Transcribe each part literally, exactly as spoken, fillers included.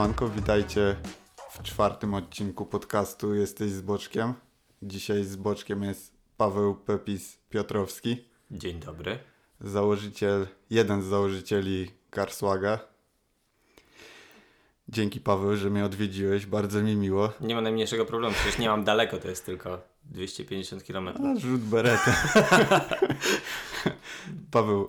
Siemanko, witajcie w czwartym odcinku podcastu Jesteś z Boczkiem. Dzisiaj z Boczkiem jest Paweł Pepis Piotrowski. Dzień dobry. Założyciel, jeden z założycieli Carswaga. Dzięki Paweł, że mnie odwiedziłeś, bardzo mi miło. Nie ma najmniejszego problemu, przecież nie mam daleko, to jest tylko dwieście pięćdziesiąt kilometrów. A, rzut beretem. Paweł,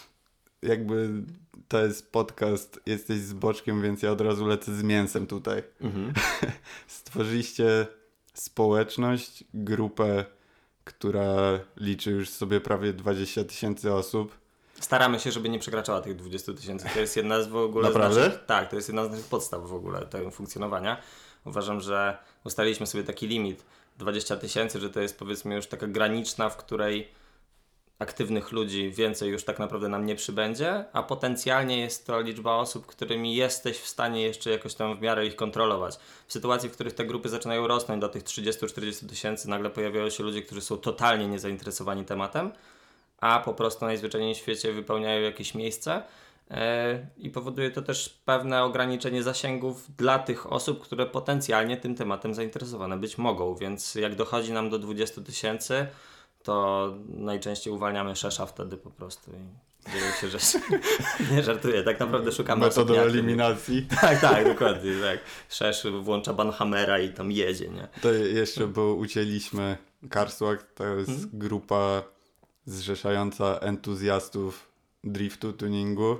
jakby to jest podcast Jesteś z Boczkiem, więc ja od razu lecę z mięsem tutaj. Mhm. Stworzyliście społeczność, grupę, która liczy już sobie prawie dwadzieścia tysięcy osób. Staramy się, żeby nie przekraczała tych dwadzieścia tysięcy. To jest jedna z w ogóle Naprawdę? z naszych, tak, to jest jedna z naszych podstaw w ogóle tego funkcjonowania. Uważam, że ustaliliśmy sobie taki limit dwadzieścia tysięcy, że to jest powiedzmy już taka graniczna, w której aktywnych ludzi więcej już tak naprawdę nam nie przybędzie, a potencjalnie jest to liczba osób, którymi jesteś w stanie jeszcze jakoś tam w miarę ich kontrolować. W sytuacji, w których te grupy zaczynają rosnąć do tych trzydzieści czterdzieści tysięcy, nagle pojawiają się ludzie, którzy są totalnie niezainteresowani tematem, a po prostu najzwyczajniej w świecie wypełniają jakieś miejsce yy, i powoduje to też pewne ograniczenie zasięgów dla tych osób, które potencjalnie tym tematem zainteresowane być mogą, więc jak dochodzi nam do dwudziestu tysięcy, to najczęściej uwalniamy szesza wtedy po prostu i dzieją się rzeczy. Nie żartuję, tak naprawdę szukamy metodą eliminacji. Tak, tak, dokładnie. Tak. Szesz włącza banhammera i tam jedzie, nie? To jeszcze, bo ucięliśmy Carswag, to jest hmm? grupa zrzeszająca entuzjastów driftu, tuningu,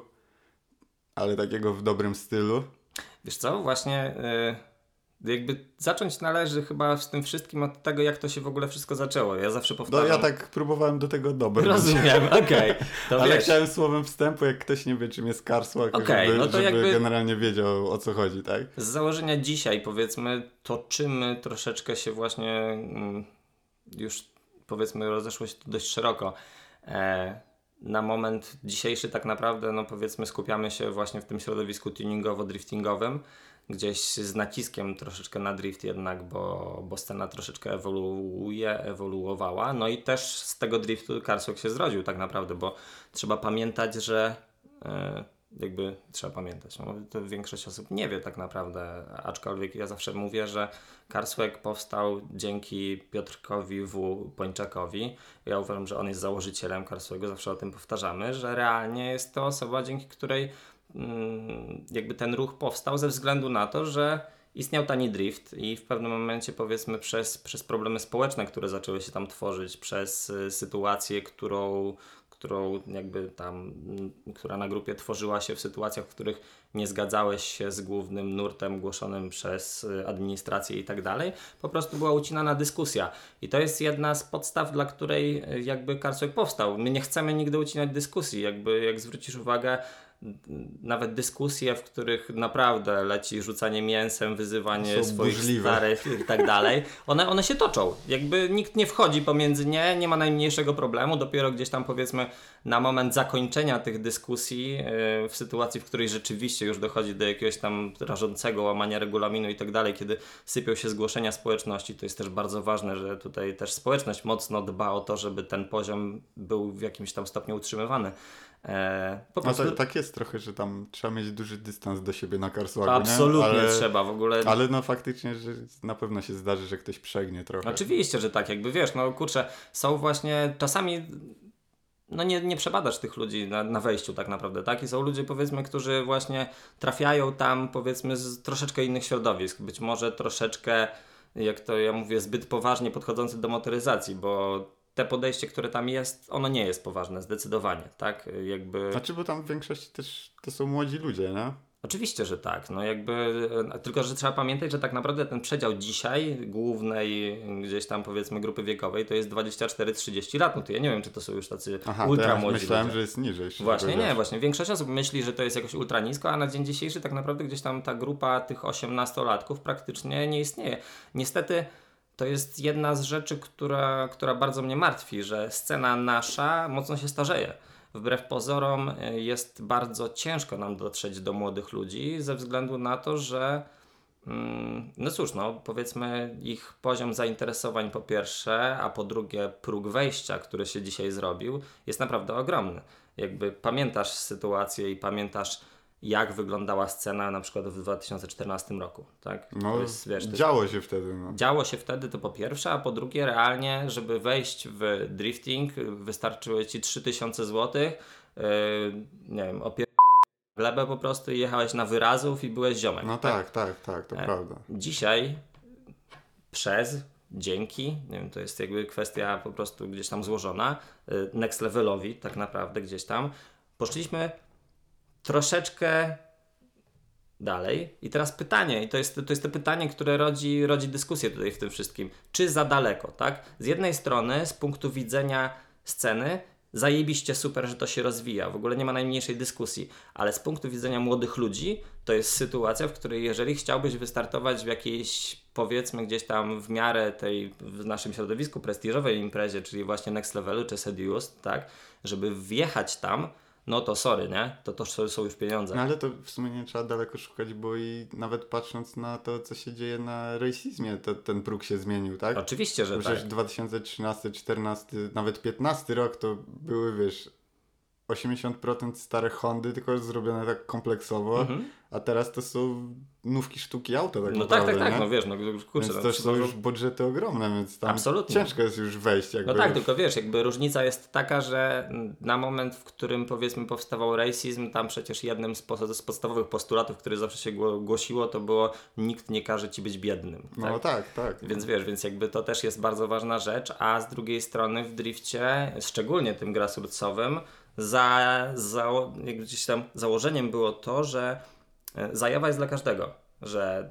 ale takiego w dobrym stylu. Wiesz co, właśnie... Yy... Jakby zacząć należy chyba z tym wszystkim od tego, jak to się w ogóle wszystko zaczęło. Ja zawsze powtarzam... No ja tak próbowałem do tego dobrać. Rozumiem, okej. Okay. Ale wiesz. chciałem słowem wstępu, jak ktoś nie wie, czym jest Carswag, okay, żeby, no to żeby jakby generalnie wiedział, o co chodzi, tak? Z założenia dzisiaj, powiedzmy, toczymy troszeczkę się właśnie mm, już, powiedzmy, rozeszło się to dość szeroko. E, na moment dzisiejszy tak naprawdę, no powiedzmy, skupiamy się właśnie w tym środowisku tuningowo-driftingowym, gdzieś z naciskiem troszeczkę na drift jednak, bo, bo scena troszeczkę ewoluuje, ewoluowała. No i też z tego driftu Carswag się zrodził tak naprawdę, bo trzeba pamiętać, że yy, jakby trzeba pamiętać, no, to większość osób nie wie tak naprawdę, aczkolwiek ja zawsze mówię, że Carswag powstał dzięki Piotrkowi W. Pończakowi. Ja uważam, że on jest założycielem Carswagu, zawsze o tym powtarzamy, że realnie jest to osoba, dzięki której jakby ten ruch powstał ze względu na to, że istniał tani drift i w pewnym momencie powiedzmy przez, przez problemy społeczne, które zaczęły się tam tworzyć, przez y, sytuację, którą, którą jakby tam, y, która na grupie tworzyła się w sytuacjach, w których nie zgadzałeś się z głównym nurtem głoszonym przez y, administrację i tak dalej, po prostu była ucinana dyskusja i to jest jedna z podstaw, dla której y, jakby Carswag powstał. My nie chcemy nigdy ucinać dyskusji, jakby jak zwrócisz uwagę, nawet dyskusje, w których naprawdę leci rzucanie mięsem, wyzywanie swoich burzliwe. starych i tak dalej, one, one się toczą. Jakby nikt nie wchodzi pomiędzy nie, nie ma najmniejszego problemu. Dopiero gdzieś tam powiedzmy na moment zakończenia tych dyskusji, yy, w sytuacji, w której rzeczywiście już dochodzi do jakiegoś tam rażącego łamania regulaminu i tak dalej, kiedy sypią się zgłoszenia społeczności, to jest też bardzo ważne, że tutaj też społeczność mocno dba o to, żeby ten poziom był w jakimś tam stopniu utrzymywany. Eee, po prostu... No to, tak jest trochę, że tam trzeba mieć duży dystans do siebie na Carswagu, absolutnie ale, trzeba w ogóle. Ale no faktycznie, że na pewno się zdarzy, że ktoś przegnie trochę. Oczywiście, że tak, jakby wiesz, no kurczę, są właśnie czasami, no nie, nie przebadasz tych ludzi na, na wejściu tak naprawdę, tak? I są ludzie powiedzmy, którzy właśnie trafiają tam powiedzmy z troszeczkę innych środowisk, być może troszeczkę, jak to ja mówię, zbyt poważnie podchodzący do motoryzacji, bo te podejście, które tam jest, ono nie jest poważne, zdecydowanie, tak? Jakby... Znaczy, bo tam w większości też to są młodzi ludzie, nie? Oczywiście, że tak, no jakby, tylko że trzeba pamiętać, że tak naprawdę ten przedział dzisiaj głównej gdzieś tam powiedzmy grupy wiekowej to jest dwadzieścia cztery trzydzieści lat, no to ja nie wiem, czy to są już tacy Aha, ultra ja młodzi myślałem, ludzie. że jest niżej. Właśnie nie, właśnie większość osób myśli, że to jest jakoś ultra nisko, a na dzień dzisiejszy tak naprawdę gdzieś tam ta grupa tych osiemnastolatków praktycznie nie istnieje. Niestety to jest jedna z rzeczy, która, która bardzo mnie martwi, że scena nasza mocno się starzeje. Wbrew pozorom jest bardzo ciężko nam dotrzeć do młodych ludzi ze względu na to, że mm, no cóż, no powiedzmy ich poziom zainteresowań po pierwsze, a po drugie próg wejścia, który się dzisiaj zrobił, jest naprawdę ogromny. Jakby pamiętasz sytuację i pamiętasz jak wyglądała scena na przykład w dwa tysiące czternastym roku, tak? No, to jest, wiesz, to działo jest, się wtedy. No. Działo się wtedy, to po pierwsze, a po drugie realnie, żeby wejść w drifting wystarczyły ci trzy tysiące złotych, yy, nie wiem, opier... glebę po prostu i jechałeś na wyrazów i byłeś ziomek. No tak, tak, tak, tak to e, prawda. Dzisiaj przez, dzięki, nie wiem, to jest jakby kwestia po prostu gdzieś tam złożona, yy, next levelowi tak naprawdę gdzieś tam, poszliśmy troszeczkę dalej. I teraz pytanie, i to jest, to jest to pytanie, które rodzi, rodzi dyskusję tutaj w tym wszystkim. Czy za daleko, tak? Z jednej strony, z punktu widzenia sceny, zajebiście super, że to się rozwija. W ogóle nie ma najmniejszej dyskusji. Ale z punktu widzenia młodych ludzi, to jest sytuacja, w której jeżeli chciałbyś wystartować w jakiejś, powiedzmy gdzieś tam w miarę tej, w naszym środowisku prestiżowej imprezie, czyli właśnie Next Levelu czy Seduced, tak? Żeby wjechać tam, no to sorry, nie? To to są już pieniądze. No ale to w sumie nie trzeba daleko szukać, bo i nawet patrząc na to, co się dzieje na racismie, to ten próg się zmienił, tak? Oczywiście, że bo tak. Przecież dwa tysiące trzynasty, czternasty, nawet piętnasty rok to były, wiesz, osiemdziesiąt procent stare Hondy, tylko zrobione tak kompleksowo, mhm. a teraz to są nówki sztuki auta tak no naprawdę, tak, tak, tak, nie? no wiesz, no kurczę. Więc no, to są są już budżety ogromne, więc tam absolutnie. ciężko jest już wejść. Jakby no tak, już... tylko wiesz, jakby różnica jest taka, że na moment, w którym powiedzmy powstawał racism, tam przecież jednym z, po- z podstawowych postulatów, który zawsze się głosiło, to było nikt nie każe ci być biednym. Tak? No tak, tak. Więc wiesz, więc jakby to też jest bardzo ważna rzecz, a z drugiej strony w drifcie, szczególnie tym grassrootsowym, za, za, gdzieś tam założeniem było to, że zajawa jest dla każdego, że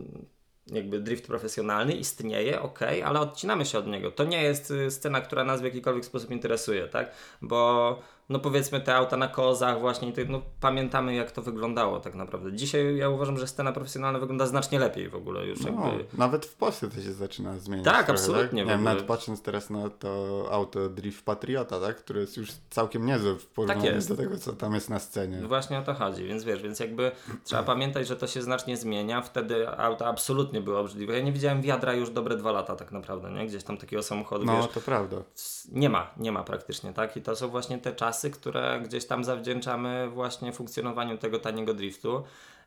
jakby drift profesjonalny istnieje, ok, ale odcinamy się od niego. To nie jest scena, która nas w jakikolwiek sposób interesuje, tak? Bo no powiedzmy te auta na kozach właśnie, no pamiętamy jak to wyglądało tak naprawdę. Dzisiaj ja uważam, że scena profesjonalna wygląda znacznie lepiej w ogóle już no, jakby. Nawet w Polsce to się zaczyna zmieniać. Tak, trochę, absolutnie. Tak? Nie wiem, nawet patrząc teraz na to auto Drift Patriota, tak? Które jest już całkiem niezłe w porównaniu tak do tego, co tam jest na scenie. Właśnie o to chodzi, więc wiesz, więc jakby trzeba pamiętać, że to się znacznie zmienia. Wtedy auta absolutnie były obrzydliwe. Ja nie widziałem wiadra już dobre dwa lata tak naprawdę, nie? Gdzieś tam takiego samochodu, No, wiesz, to prawda. nie ma, nie ma praktycznie, tak? I to są właśnie te czasy, które gdzieś tam zawdzięczamy właśnie funkcjonowaniu tego taniego driftu.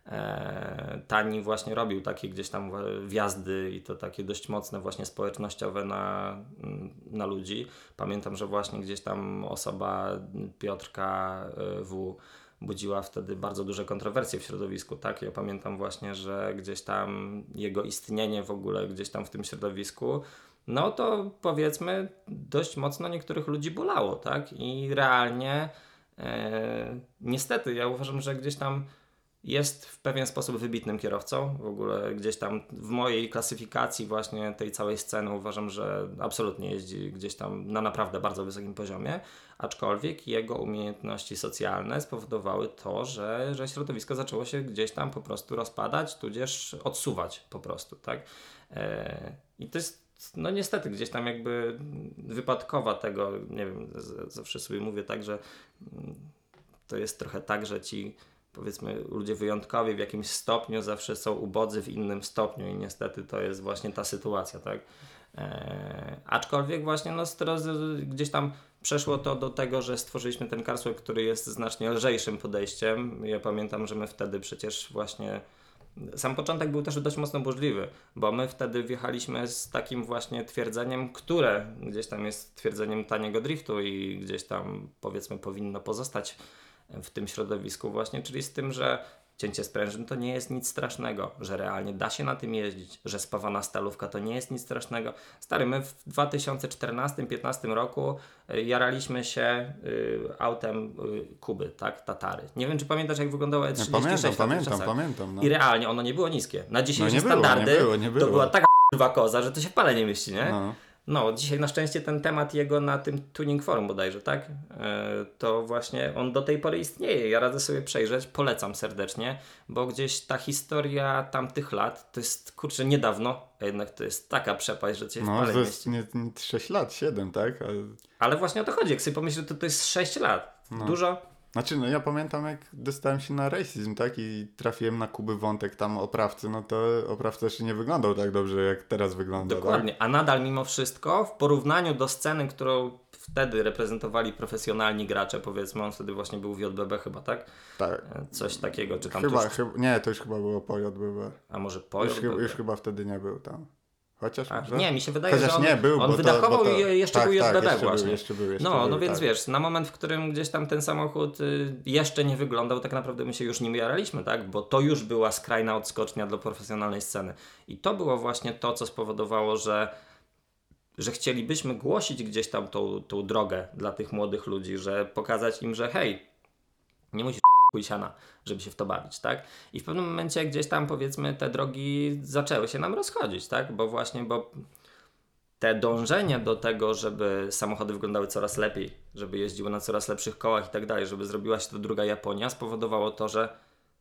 E, Tani właśnie robił takie gdzieś tam wjazdy i to takie dość mocne właśnie społecznościowe na, na ludzi. Pamiętam, że właśnie gdzieś tam osoba Piotrka W. budziła wtedy bardzo duże kontrowersje w środowisku, tak? Ja pamiętam właśnie, że gdzieś tam jego istnienie w ogóle gdzieś tam w tym środowisku, no to powiedzmy dość mocno niektórych ludzi bolało, tak? I realnie e, niestety ja uważam, że gdzieś tam jest w pewien sposób wybitnym kierowcą. W ogóle gdzieś tam w mojej klasyfikacji właśnie tej całej sceny uważam, że absolutnie jeździ gdzieś tam na naprawdę bardzo wysokim poziomie, aczkolwiek jego umiejętności socjalne spowodowały to, że, że środowisko zaczęło się gdzieś tam po prostu rozpadać, tudzież odsuwać po prostu, tak? E, I to jest no niestety gdzieś tam jakby wypadkowa tego, nie wiem, z, zawsze sobie mówię tak, że to jest trochę tak, że ci powiedzmy ludzie wyjątkowi w jakimś stopniu zawsze są ubodzy w innym stopniu i niestety to jest właśnie ta sytuacja, tak? Eee, aczkolwiek właśnie no teraz gdzieś tam przeszło to do tego, że stworzyliśmy ten Carswell, który jest znacznie lżejszym podejściem. Ja pamiętam, że my wtedy przecież właśnie sam początek był też dość mocno burzliwy, bo my wtedy wjechaliśmy z takim właśnie twierdzeniem, które gdzieś tam jest twierdzeniem taniego driftu i gdzieś tam powiedzmy powinno pozostać w tym środowisku właśnie, czyli z tym, że cięcie sprężyn to nie jest nic strasznego, że realnie da się na tym jeździć, że spawana stalówka to nie jest nic strasznego. Stary, my w dwa tysiące czternastym piętnastym roku jaraliśmy się y, autem y, Kuby, tak, Tatary. Nie wiem, czy pamiętasz, jak wyglądało E trzydzieści sześć. Ja pamiętam, pamiętam, pamiętam. No. I realnie ono nie było niskie. Na dzisiejsze no nie standardy było, nie było, nie było. to była taka k***wa koza, że to się w pale nie mieści, nie? No. No, dzisiaj na szczęście ten temat jego na tym Tuning Forum bodajże, tak? E, to właśnie on do tej pory istnieje. Ja radzę sobie przejrzeć, polecam serdecznie, bo gdzieś ta historia tamtych lat to jest, kurczę, niedawno, a jednak to jest taka przepaść, że cię w no, pale to mieści. jest nie, nie sześć lat, siedem, tak? Ale, Ale właśnie o to chodzi, jak sobie pomyślisz, to to jest sześć lat. no. Dużo? Znaczy, no ja pamiętam, jak dostałem się na racism, tak? I trafiłem na Kuby Wątek tam oprawcy, no to oprawca jeszcze nie wyglądał tak dobrze, jak teraz wygląda. Dokładnie, tak? a nadal mimo wszystko w porównaniu do sceny, którą wtedy reprezentowali profesjonalni gracze, powiedzmy, on wtedy właśnie był w J B B chyba, tak? Tak. Coś takiego, czy tam chyba, tuż... chyba, nie, to już chyba było po J B B. A może po już, J B B? Chyba, już chyba wtedy nie był tam. Chociaż A, może? nie, mi się wydaje, Chociaż że on, nie, był, on bo wydachował to, bo to... i jeszcze tak, był J B B tak, jeszcze właśnie. Był, jeszcze był, jeszcze no, był, no więc tak. wiesz, na moment, w którym gdzieś tam ten samochód y, jeszcze nie wyglądał, tak naprawdę my się już nim jaraliśmy, tak? Bo to już była skrajna odskocznia dla profesjonalnej sceny. I to było właśnie to, co spowodowało, że że chcielibyśmy głosić gdzieś tam tą, tą drogę dla tych młodych ludzi, że pokazać im, że hej, nie musisz chuj siana, żeby się w to bawić, tak? I w pewnym momencie gdzieś tam, powiedzmy, te drogi zaczęły się nam rozchodzić, tak? Bo właśnie, bo te dążenie do tego, żeby samochody wyglądały coraz lepiej, żeby jeździły na coraz lepszych kołach i tak dalej, żeby zrobiła się to druga Japonia, spowodowało to, że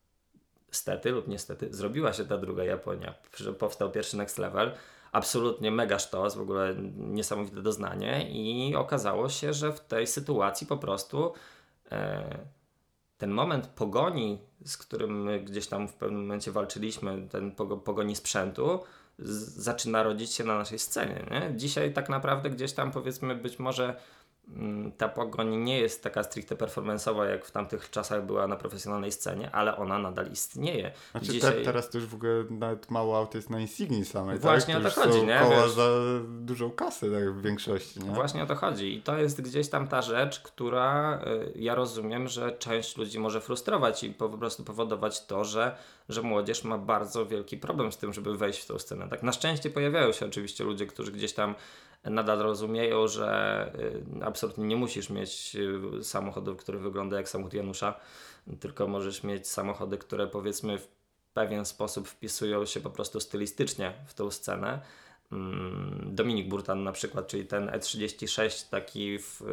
stety lub niestety zrobiła się ta druga Japonia. Powstał pierwszy Next Level, absolutnie mega sztos, w ogóle niesamowite doznanie i okazało się, że w tej sytuacji po prostu e, ten moment pogoni, z którym my gdzieś tam w pewnym momencie walczyliśmy, ten pogoni sprzętu, z, zaczyna rodzić się na naszej scenie. Nie? Dzisiaj tak naprawdę gdzieś tam, powiedzmy, być może m, ta pogoń nie jest taka stricte performance'owa, jak w tamtych czasach była na profesjonalnej scenie, ale ona nadal istnieje. Znaczy Dzisiaj... te, teraz to już w ogóle nawet mało aut jest na Insignii samej. Właśnie tak? o to już chodzi, są nie? koła Wiesz... za dużą kasę tak, w większości. Nie? Właśnie o to chodzi i to jest gdzieś tam ta rzecz, która y, ja rozumiem, że część ludzi może frustrować i po, po prostu powodować to, że, że młodzież ma bardzo wielki problem z tym, żeby wejść w tą scenę. Tak, na szczęście pojawiają się oczywiście ludzie, którzy gdzieś tam nadal rozumieją, że y, absolutnie nie musisz mieć y, samochodów, który wygląda jak samochód Janusza, tylko możesz mieć samochody, które powiedzmy w pewien sposób wpisują się po prostu stylistycznie w tą scenę. Dominik Burtan na przykład, czyli ten E trzydzieści sześć taki w,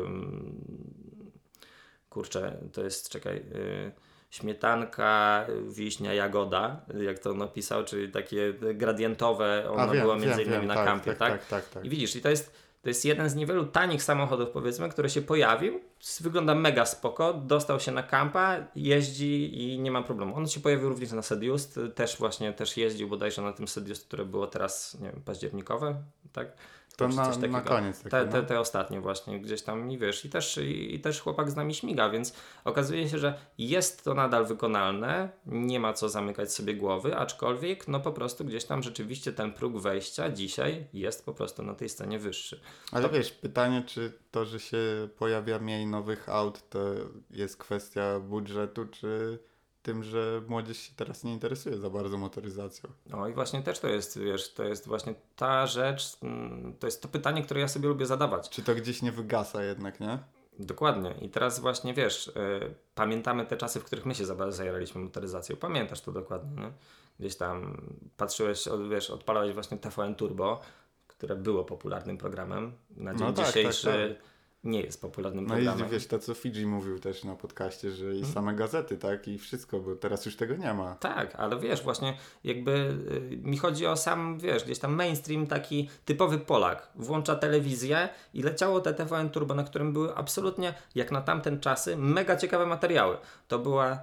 yy, kurczę, to jest, czekaj, yy, śmietanka, wiśnia, jagoda, jak to on opisał, czyli takie gradientowe, ono wiem, było między wiem, innymi wiem, na tak, kampie, tak, tak? tak, tak, tak. I widzisz, i to jest To jest jeden z niewielu tanich samochodów, powiedzmy, który się pojawił, wygląda mega spoko, dostał się na kampa, jeździ i nie ma problemu. On się pojawił również na Sediust, też właśnie też jeździł bodajże na tym Sediust, które było teraz, nie wiem, październikowe, tak? To na, na koniec. Takie, te, te, no. te ostatnie właśnie gdzieś tam i wiesz, i też, i, i też chłopak z nami śmiga, więc okazuje się, że jest to nadal wykonalne, nie ma co zamykać sobie głowy, aczkolwiek no po prostu gdzieś tam rzeczywiście ten próg wejścia dzisiaj jest po prostu na tej scenie wyższy. Ale to... wiesz, pytanie, czy to, że się pojawia mniej nowych aut, to jest kwestia budżetu, czy tym, że młodzież się teraz nie interesuje za bardzo motoryzacją. No i właśnie też to jest, wiesz, to jest właśnie ta rzecz, to jest to pytanie, które ja sobie lubię zadawać. Czy to gdzieś nie wygasa jednak, nie? Dokładnie. I teraz właśnie, wiesz, yy, pamiętamy te czasy, w których my się zajaraliśmy motoryzacją. Pamiętasz to dokładnie, nie? Gdzieś tam patrzyłeś, od, wiesz, odpalałeś właśnie T V N Turbo, które było popularnym programem. Na dzień no tak, dzisiejszy tak, tak. nie jest popularnym no programem. No i wiesz, to co Fidzi mówił też na podcaście, że i hmm. same gazety, tak? I wszystko, bo teraz już tego nie ma. Tak, ale wiesz, właśnie jakby yy, mi chodzi o sam, wiesz, gdzieś tam mainstream taki typowy Polak. Włącza telewizję i leciało te T V N Turbo, na którym były absolutnie, jak na tamten czasy, mega ciekawe materiały. To była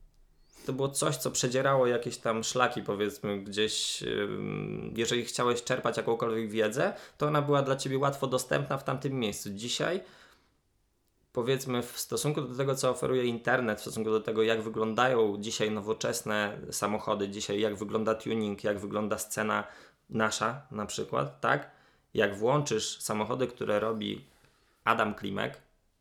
To było coś, co przedzierało jakieś tam szlaki, powiedzmy, gdzieś, yy, jeżeli chciałeś czerpać jakąkolwiek wiedzę, to ona była dla ciebie łatwo dostępna w tamtym miejscu. Dzisiaj, powiedzmy, w stosunku do tego, co oferuje internet, w stosunku do tego, jak wyglądają dzisiaj nowoczesne samochody, dzisiaj jak wygląda tuning, jak wygląda scena nasza na przykład, tak? Jak włączysz samochody, które robi Adam Klimek,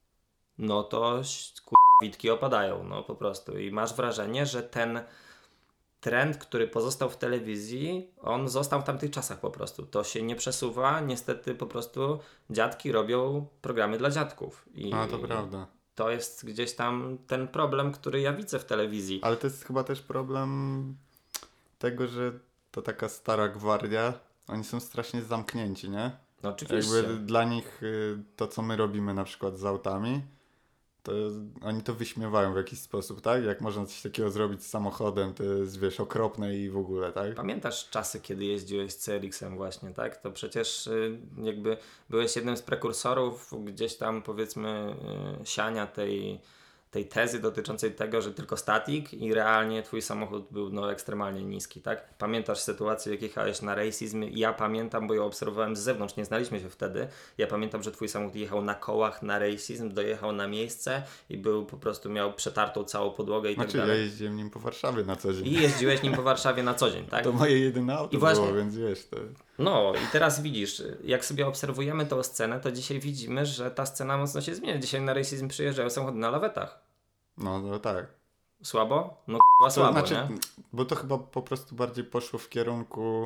no to witki opadają, no po prostu. I masz wrażenie, że ten trend, który pozostał w telewizji, on został w tamtych czasach po prostu. To się nie przesuwa. Niestety po prostu dziadki robią programy dla dziadków. I A, to prawda. To jest gdzieś tam ten problem, który ja widzę w telewizji. Ale to jest chyba też problem tego, że to taka stara gwardia, oni są strasznie zamknięci, nie? No oczywiście. Jakby dla nich to, co my robimy na przykład z autami, to oni to wyśmiewają w jakiś sposób, tak? Jak można coś takiego zrobić z samochodem, to jest, wiesz, okropne i w ogóle, tak? Pamiętasz czasy, kiedy jeździłeś z C R X-em właśnie, tak? To przecież y, jakby byłeś jednym z prekursorów gdzieś tam, powiedzmy, y, siania tej, tej tezy dotyczącej tego, że tylko statik i realnie twój samochód był no ekstremalnie niski, tak? Pamiętasz sytuację, jak jechałeś na racism? Ja pamiętam, bo ją obserwowałem z zewnątrz, nie znaliśmy się wtedy. Ja pamiętam, że twój samochód jechał na kołach na racism, dojechał na miejsce i był po prostu, miał przetartą całą podłogę i znaczy, tak dalej. ja jeździłem nim po Warszawie na co dzień. I jeździłeś nim po Warszawie na co dzień, tak? To moje jedyne auto I właśnie... było, więc wiesz, to... No i teraz widzisz, jak sobie obserwujemy tą scenę, to dzisiaj widzimy, że ta scena mocno się zmienia. Dzisiaj na racism przyjeżdżają samochody na lawetach. No, no tak. Słabo? No k***a słabo, to znaczy, nie? Bo to chyba po prostu bardziej poszło w kierunku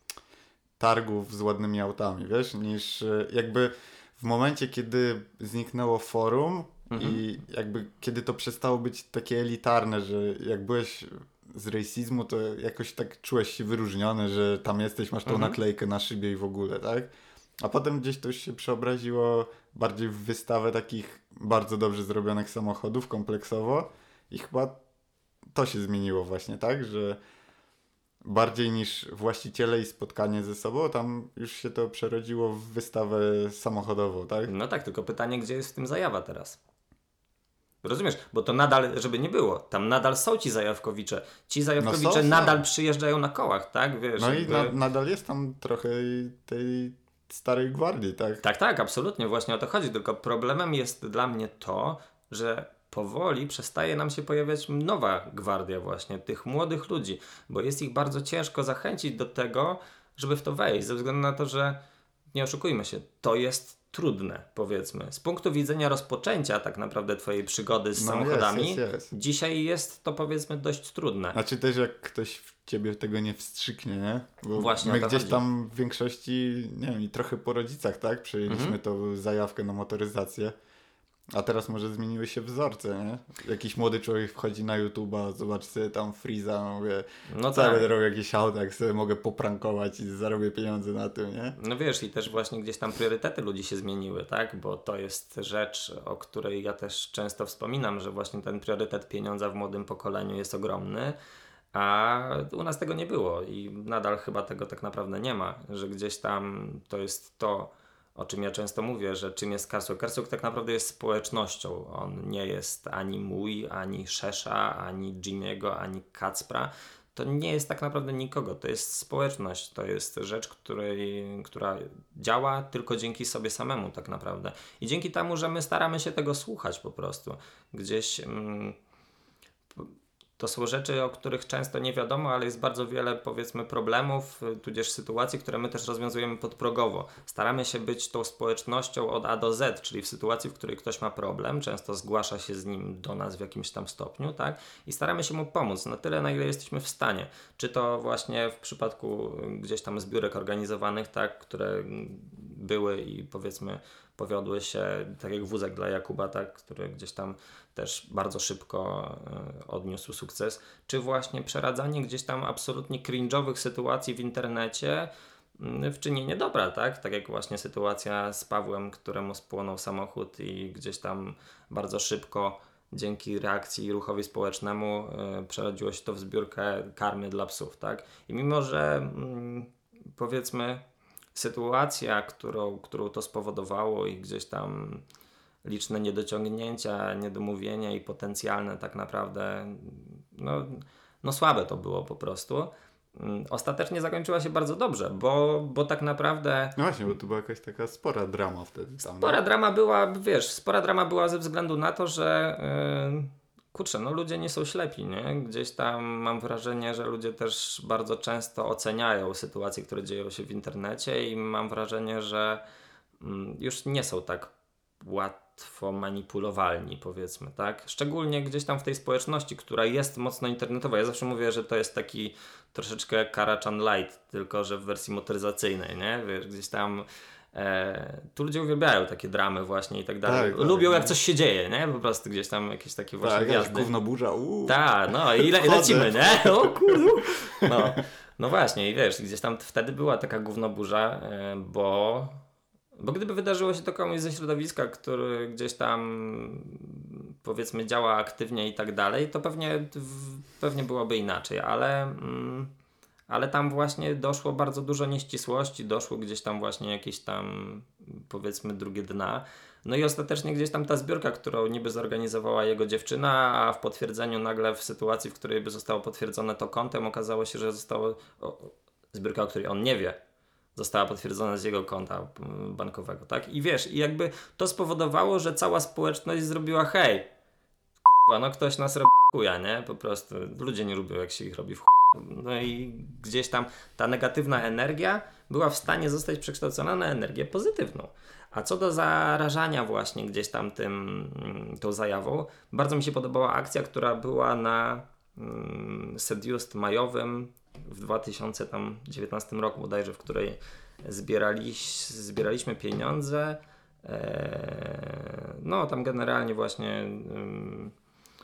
targów z ładnymi autami, wiesz, niż jakby w momencie, kiedy zniknęło forum mhm. i jakby kiedy to przestało być takie elitarne, że jak byłeś z racismu, to jakoś tak czułeś się wyróżniony, że tam jesteś, masz tą mhm. naklejkę na szybie i w ogóle, tak? A potem gdzieś to już się przeobraziło bardziej w wystawę takich bardzo dobrze zrobionych samochodów kompleksowo i chyba to się zmieniło właśnie, tak? Że bardziej niż właściciele i spotkanie ze sobą, tam już się to przerodziło w wystawę samochodową, tak? No tak, tylko pytanie, gdzie jest w tym zajawa teraz? Rozumiesz? Bo to nadal, żeby nie było, tam nadal są ci zajawkowicze. Ci zajawkowicze no są, nadal są. przyjeżdżają na kołach, tak? Wiesz, no jakby... i na, nadal jest tam trochę tej starej gwardii, tak? Tak, tak, absolutnie, właśnie o to chodzi. Tylko problemem jest dla mnie to, że powoli przestaje nam się pojawiać nowa gwardia właśnie, tych młodych ludzi, bo jest ich bardzo ciężko zachęcić do tego, żeby w to wejść, ze względu na to, że nie oszukujmy się, to jest trudne, powiedzmy. Z punktu widzenia rozpoczęcia tak naprawdę twojej przygody z no samochodami, jest, jest, jest. dzisiaj jest to powiedzmy dość trudne. Znaczy też jak ktoś w ciebie tego nie wstrzyknie, nie? Bo właśnie my gdzieś chodzi. tam w większości, nie wiem, i trochę po rodzicach, tak? Przejęliśmy mhm. tą zajawkę na motoryzację. A teraz może zmieniły się wzorce, nie? Jakiś młody człowiek wchodzi na YouTube'a, zobacz sobie tam Freeza, mówię, no co tak. będę robił jakieś auto, jak sobie mogę poprankować i zarobię pieniądze na tym, nie? No wiesz, i też właśnie gdzieś tam priorytety ludzi się zmieniły, tak? Bo to jest rzecz, o której ja też często wspominam, że właśnie ten priorytet pieniądza w młodym pokoleniu jest ogromny, a u nas tego nie było i nadal chyba tego tak naprawdę nie ma, że gdzieś tam to jest to, o czym ja często mówię, że czym jest Carswell. Carswell tak naprawdę jest społecznością. On nie jest ani mój, ani Szesza, ani Jimmy'ego, ani Kacpra. To nie jest tak naprawdę nikogo. To jest społeczność. To jest rzecz, której, która działa tylko dzięki sobie samemu tak naprawdę. I dzięki temu, że my staramy się tego słuchać po prostu. Gdzieś... Mm, To są rzeczy, o których często nie wiadomo, ale jest bardzo wiele, powiedzmy, problemów, tudzież sytuacji, które my też rozwiązujemy podprogowo. Staramy się być tą społecznością od A do Z, czyli w sytuacji, w której ktoś ma problem, często zgłasza się z nim do nas w jakimś tam stopniu, tak? I staramy się mu pomóc na tyle, na ile jesteśmy w stanie. Czy to właśnie w przypadku gdzieś tam zbiórek organizowanych, tak, które były i powiedzmy powiodły się, tak jak wózek dla Jakuba, tak, który gdzieś tam też bardzo szybko y, odniósł sukces, czy właśnie przeradzanie gdzieś tam absolutnie cringe'owych sytuacji w internecie y, w czynienie dobra, tak? Tak jak właśnie sytuacja z Pawłem, któremu spłonął samochód i gdzieś tam bardzo szybko dzięki reakcji i ruchowi społecznemu y, przerodziło się to w zbiórkę karmy dla psów, tak? I mimo, że y, powiedzmy sytuacja, którą, którą to spowodowało i gdzieś tam liczne niedociągnięcia, niedomówienia i potencjalne tak naprawdę, no, no słabe to było po prostu. Ostatecznie zakończyła się bardzo dobrze, bo, bo tak naprawdę... No właśnie, bo to była jakaś taka spora drama wtedy. Tam, spora no? drama była, wiesz, spora drama była ze względu na to, że yy, kurczę, no ludzie nie są ślepi, nie? Gdzieś tam mam wrażenie, że ludzie też bardzo często oceniają sytuacje, które dzieją się w internecie i mam wrażenie, że mm, już nie są tak łatwo manipulowalni, powiedzmy, tak? Szczególnie gdzieś tam w tej społeczności, która jest mocno internetowa. Ja zawsze mówię, że to jest taki troszeczkę Karaczan Light, tylko że w wersji motoryzacyjnej, nie? Wiesz, gdzieś tam e, tu ludzie uwielbiają takie dramy właśnie i tak dalej. Tak, lubią tak, jak coś się dzieje, nie? Po prostu gdzieś tam jakieś takie właśnie tak, gwiazdy. Gówno burza, uuu. Tak, no i le- lecimy, nie? O kurde. No, no właśnie i wiesz, gdzieś tam wtedy była taka gównoburza, e, bo Bo gdyby wydarzyło się to komuś ze środowiska, który gdzieś tam powiedzmy działa aktywnie i tak dalej, to pewnie, pewnie byłoby inaczej, ale, mm, ale tam właśnie doszło bardzo dużo nieścisłości, doszło gdzieś tam właśnie jakieś tam powiedzmy drugie dna. No i ostatecznie gdzieś tam ta zbiórka, którą niby zorganizowała jego dziewczyna, a w potwierdzeniu nagle w sytuacji, w której by zostało potwierdzone to kontem, okazało się, że zostało o, zbiórka, o której on nie wie, została potwierdzona z jego konta bankowego, tak? I wiesz, i jakby to spowodowało, że cała społeczność zrobiła hej, k***a, no ktoś nas robuje, nie? Po prostu ludzie nie lubią, jak się ich robi w chuj. No i gdzieś tam ta negatywna energia była w stanie zostać przekształcona na energię pozytywną. A co do zarażania właśnie gdzieś tam tym, tą zajawą, bardzo mi się podobała akcja, która była na mm, Sediust majowym w dwa tysiące dziewiętnastym roku bodajże, w której zbieraliś, zbieraliśmy pieniądze. E, no tam generalnie właśnie... Ym,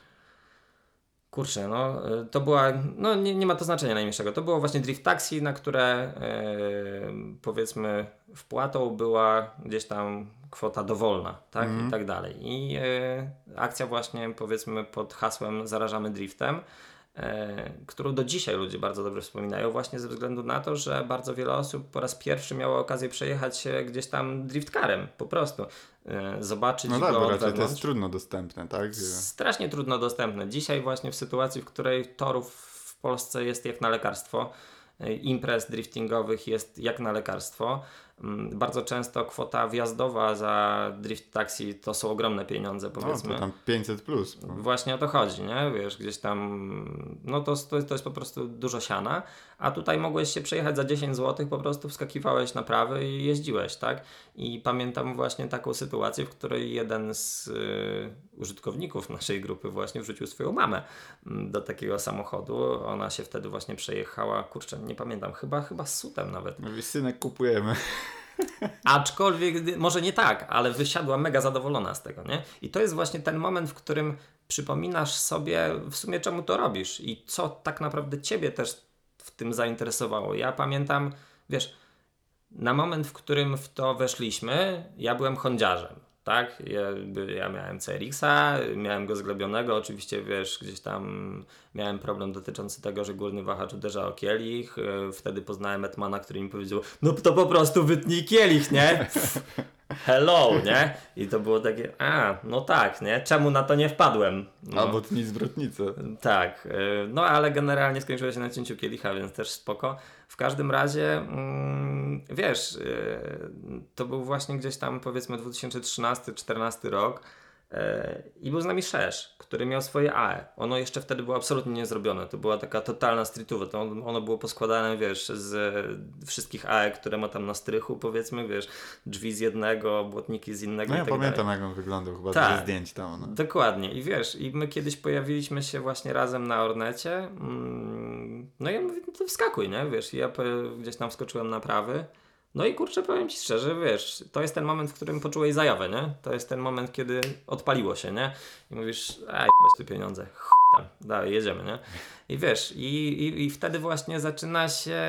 Kurczę, no to była, no nie, nie ma to znaczenia najmniejszego. To było właśnie Drift Taxi, na które e, powiedzmy wpłatą była gdzieś tam kwota dowolna, tak? Mm. I tak dalej. I e, akcja właśnie powiedzmy pod hasłem Zarażamy Driftem, e, którą do dzisiaj ludzie bardzo dobrze wspominają właśnie ze względu na to, że bardzo wiele osób po raz pierwszy miało okazję przejechać się gdzieś tam driftkarem, po prostu. Zobaczyć no go tak, bo od raczej wewnątrz. to jest trudno dostępne, tak? Strasznie trudno dostępne. Dzisiaj właśnie w sytuacji, w której torów w Polsce jest jak na lekarstwo, imprez driftingowych jest jak na lekarstwo. Bardzo często kwota wjazdowa za drift taxi to są ogromne pieniądze, powiedzmy. No, to tam pięćset plus. Właśnie o to chodzi, nie? Wiesz, gdzieś tam, no to, to, to jest po prostu dużo siana, a tutaj mogłeś się przejechać za dziesięć złotych, po prostu wskakiwałeś na prawy i jeździłeś, tak? I pamiętam właśnie taką sytuację, w której jeden z y, użytkowników naszej grupy właśnie wrzucił swoją mamę do takiego samochodu. Ona się wtedy właśnie przejechała, kurczę, nie pamiętam, chyba, chyba z sutem nawet. Mówi, synek, kupujemy. Aczkolwiek, może nie tak, ale wysiadła mega zadowolona z tego, nie? I to jest właśnie ten moment, w którym przypominasz sobie w sumie czemu to robisz i co tak naprawdę ciebie też w tym zainteresowało. Ja pamiętam, wiesz, na moment, w którym w to weszliśmy, ja byłem hondziarzem, tak? Ja, ja miałem C R X-a, miałem go zglebionego, oczywiście, wiesz, gdzieś tam miałem problem dotyczący tego, że górny wahacz uderza o kielich. Wtedy poznałem Etmana, który mi powiedział, no to po prostu wytnij kielich, nie? Hello, nie? I to było takie, a, no tak, nie? Czemu na to nie wpadłem? No. Albo tnij zwrotnicę. Tak, no ale generalnie skończyło się na cięciu kielicha, więc też spoko. W każdym razie, mm, wiesz, yy, to był właśnie gdzieś tam powiedzmy dwa tysiące trzynasty czternasty rok yy, i był z nami Szesz, który miał swoje A E. Ono jeszcze wtedy było absolutnie niezrobione, to była taka totalna streetowa, to ono było poskładane, wiesz, z wszystkich A E, które ma tam na strychu, powiedzmy, wiesz, drzwi z jednego, błotniki z innego. No ja i tak pamiętam, dalej. jak on wyglądał, chyba Tak, ze zdjęć tam. No. Dokładnie i wiesz, i my kiedyś pojawiliśmy się właśnie razem na Ornecie, mm, no i ja mówię, no to wskakuj, nie, wiesz, i ja po, gdzieś tam wskoczyłem na prawy, no i kurczę, powiem ci szczerze, wiesz, to jest ten moment, w którym poczułeś zajawę, nie, to jest ten moment, kiedy odpaliło się, nie, i mówisz, a jebać te pieniądze, chuj tam, dalej, jedziemy, nie, i wiesz, i, i, i wtedy właśnie zaczyna się,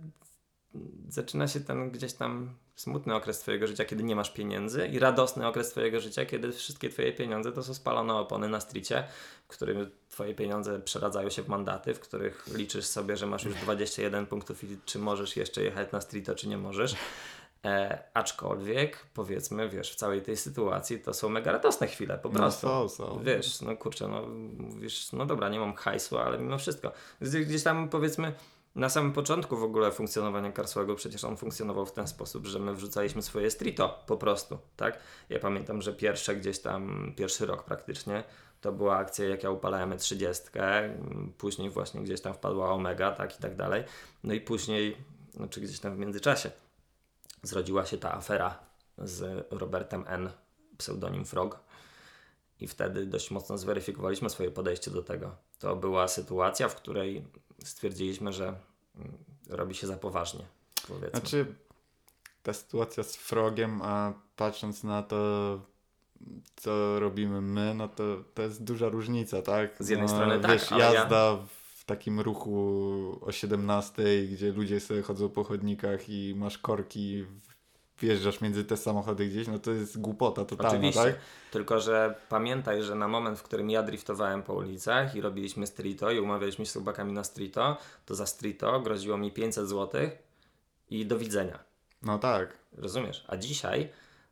zaczyna się ten gdzieś tam smutny okres twojego życia, kiedy nie masz pieniędzy i radosny okres twojego życia, kiedy wszystkie twoje pieniądze to są spalone opony na stricie, w którym twoje pieniądze przeradzają się w mandaty, w których liczysz sobie, że masz już dwadzieścia jeden punktów i czy możesz jeszcze jechać na strito, czy nie możesz. E, aczkolwiek, powiedzmy, wiesz, w całej tej sytuacji to są mega radosne chwile, po prostu. No są, są. Wiesz, no kurczę, no mówisz, no dobra, nie mam hajsu, ale mimo wszystko. Gdzieś, gdzieś tam, powiedzmy, na samym początku w ogóle funkcjonowania Carswego przecież on funkcjonował w ten sposób, że my wrzucaliśmy swoje strito po prostu, tak? Ja pamiętam, że pierwsze gdzieś tam, pierwszy rok praktycznie, to była akcja, jak ja upalałem trzydziestkę, później właśnie gdzieś tam wpadła Omega, tak i tak dalej. No i później, znaczy gdzieś tam w międzyczasie zrodziła się ta afera z Robertem N., pseudonim Frog. I wtedy dość mocno zweryfikowaliśmy swoje podejście do tego. To była sytuacja, w której stwierdziliśmy, że robi się za poważnie, powiedzmy. Znaczy, ta sytuacja z Frogiem, a patrząc na to, co robimy my, no to, to jest duża różnica, tak? Z jednej no, strony tak, wiesz, ale jazda ja... w takim ruchu o siedemnastej, gdzie ludzie sobie chodzą po chodnikach i masz korki, wjeżdżasz między te samochody gdzieś, no to jest głupota totalna, Oczywiście. tak? Tylko że pamiętaj, że na moment, w którym ja driftowałem po ulicach i robiliśmy streeto i umawialiśmy się z chłopakami na streeto, to za streeto groziło mi pięćset złotych i do widzenia. No tak. Rozumiesz? A dzisiaj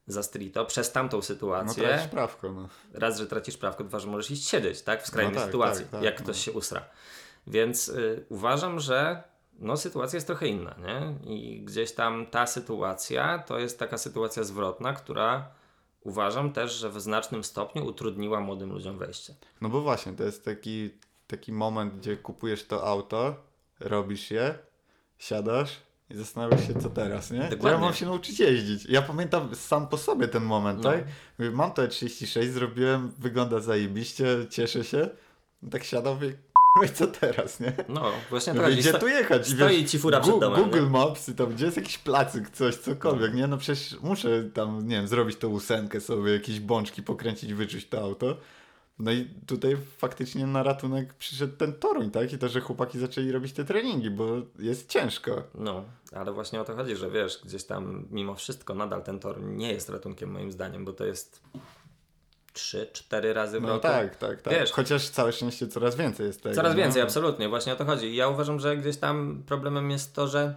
za strito przez tamtą sytuację. No tracisz prawko, no. Raz, że tracisz prawko, dwa, że możesz iść siedzieć, tak? W skrajnej no tak, sytuacji, tak, tak, jak no. ktoś się usra. Więc y, uważam, że no, sytuacja jest trochę inna, nie? I gdzieś tam ta sytuacja to jest taka sytuacja zwrotna, która uważam też, że w znacznym stopniu utrudniła młodym ludziom wejście. No bo właśnie, to jest taki, taki moment, gdzie kupujesz to auto, robisz je, siadasz i zastanawiasz się, co teraz, nie? Dokładnie. Ja mam się nauczyć jeździć. Ja pamiętam sam po sobie ten moment, no. tak? Mówię, mam to E trzydzieści sześć, zrobiłem, wygląda zajebiście, cieszę się. Tak siadam i i co teraz, nie? No, właśnie to chodzi. Gdzie tu jechać? I stoi wiesz, ci fura przed domem. Google nie? Maps i tam, gdzie jest jakiś placyk, coś, cokolwiek, no. nie? No przecież muszę tam, nie wiem, zrobić tą ósemkę sobie, jakieś bączki pokręcić, wyczuć to auto. No i tutaj faktycznie na ratunek przyszedł ten Toruń, tak? I to, że chłopaki zaczęli robić te treningi, bo jest ciężko. No, ale właśnie o to chodzi, że wiesz, gdzieś tam mimo wszystko nadal ten Toruń nie jest ratunkiem moim zdaniem, bo to jest trzy, cztery razy w no roku. tak, tak, tak. Wiesz, chociaż całe szczęście coraz więcej jest tego. Coraz więcej, no? Absolutnie. Właśnie o to chodzi. Ja uważam, że gdzieś tam problemem jest to, że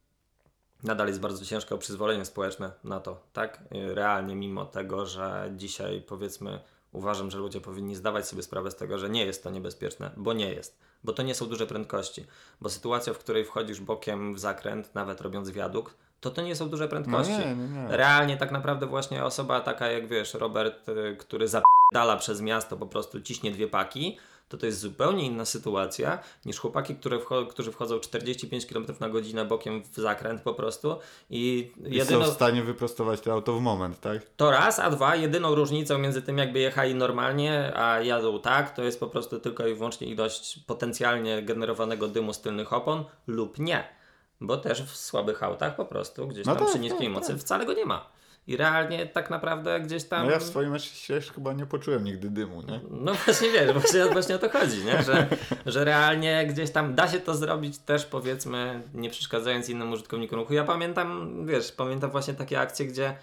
nadal jest bardzo ciężkie o przyzwolenie społeczne na to, tak? Realnie, mimo tego, że dzisiaj powiedzmy uważam, że ludzie powinni zdawać sobie sprawę z tego, że nie jest to niebezpieczne, bo nie jest. Bo to nie są duże prędkości. Bo sytuacja, w której wchodzisz bokiem w zakręt, nawet robiąc wiadukt, to to nie są duże prędkości. No nie, nie, nie. Realnie tak naprawdę właśnie osoba taka jak wiesz, Robert, który zap***dala przez miasto, po prostu ciśnie dwie paki, to to jest zupełnie inna sytuacja niż chłopaki, które wcho- którzy wchodzą czterdzieści pięć kilometrów na godzinę bokiem w zakręt po prostu i, I jedyną... są w stanie wyprostować to auto w moment, tak? To raz, a dwa, jedyną różnicą między tym jakby jechali normalnie, a jadą tak, to jest po prostu tylko i wyłącznie ilość potencjalnie generowanego dymu z tylnych opon lub nie. Bo też w słabych autach po prostu gdzieś tam no tak, przy niskiej tak, mocy tak. wcale go nie ma. I realnie tak naprawdę gdzieś tam... No ja w swoim E trzydzieści sześć chyba nie poczułem nigdy dymu, nie? No właśnie wiesz, właśnie, właśnie o to chodzi, nie? Że, że realnie gdzieś tam da się to zrobić też powiedzmy nie przeszkadzając innym użytkownikom ruchu. Ja pamiętam, wiesz, pamiętam właśnie takie akcje, gdzie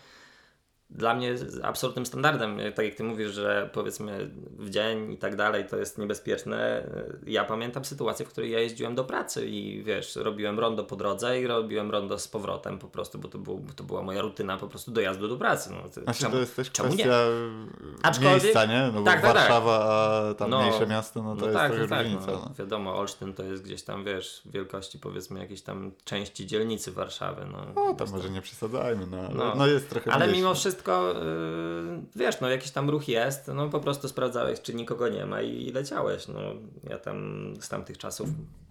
dla mnie absolutnym standardem, tak jak ty mówisz, że powiedzmy w dzień i tak dalej to jest niebezpieczne. Ja pamiętam sytuację, w której ja jeździłem do pracy i wiesz, robiłem rondo po drodze i robiłem rondo z powrotem po prostu, bo to, było, bo to była moja rutyna po prostu dojazdu do pracy. No, to, znaczy czemu, to jest też kwestia Aczkolwiek, miejsca, nie? No bo tak, tak, Warszawa, a tam no, mniejsze miasto, no to no jest tak, trochę tak, różnica. No, no. Wiadomo, Olsztyn to jest gdzieś tam, wiesz, wielkości powiedzmy jakiejś tam części dzielnicy Warszawy. No, no to może nie przesadzajmy, no, no, no jest trochę ale mniejsze. mimo wszystko wiesz, no jakiś tam ruch jest, no po prostu sprawdzałeś, czy nikogo nie ma i leciałeś. No ja tam z tamtych czasów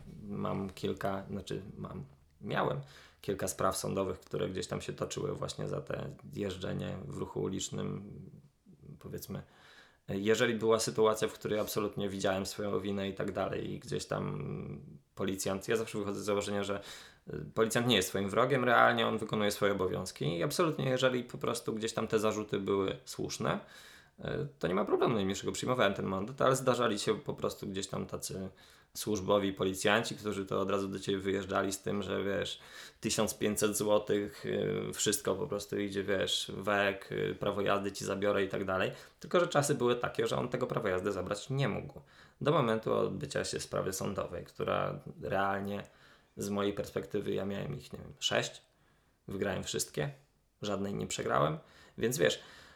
mam kilka, znaczy mam, miałem kilka spraw sądowych, które gdzieś tam się toczyły właśnie za te jeżdżenie w ruchu ulicznym, powiedzmy. Jeżeli była sytuacja, w której absolutnie widziałem swoją winę i tak dalej i gdzieś tam policjant, ja zawsze wychodzę z założenia, że policjant nie jest swoim wrogiem, realnie on wykonuje swoje obowiązki i absolutnie jeżeli po prostu gdzieś tam te zarzuty były słuszne, to nie ma problemu najmniejszego, przyjmowałem ten mandat, ale zdarzali się po prostu gdzieś tam tacy służbowi policjanci, którzy to od razu do ciebie wyjeżdżali z tym, że wiesz, tysiąc pięćset złotych, wszystko po prostu idzie, wiesz, wek, prawo jazdy ci zabiorę i tak dalej. Tylko że czasy były takie, że on tego prawa jazdy zabrać nie mógł. Do momentu odbycia się sprawy sądowej, która realnie z mojej perspektywy, ja miałem ich, nie wiem, sześć, wygrałem wszystkie, żadnej nie przegrałem, więc wiesz,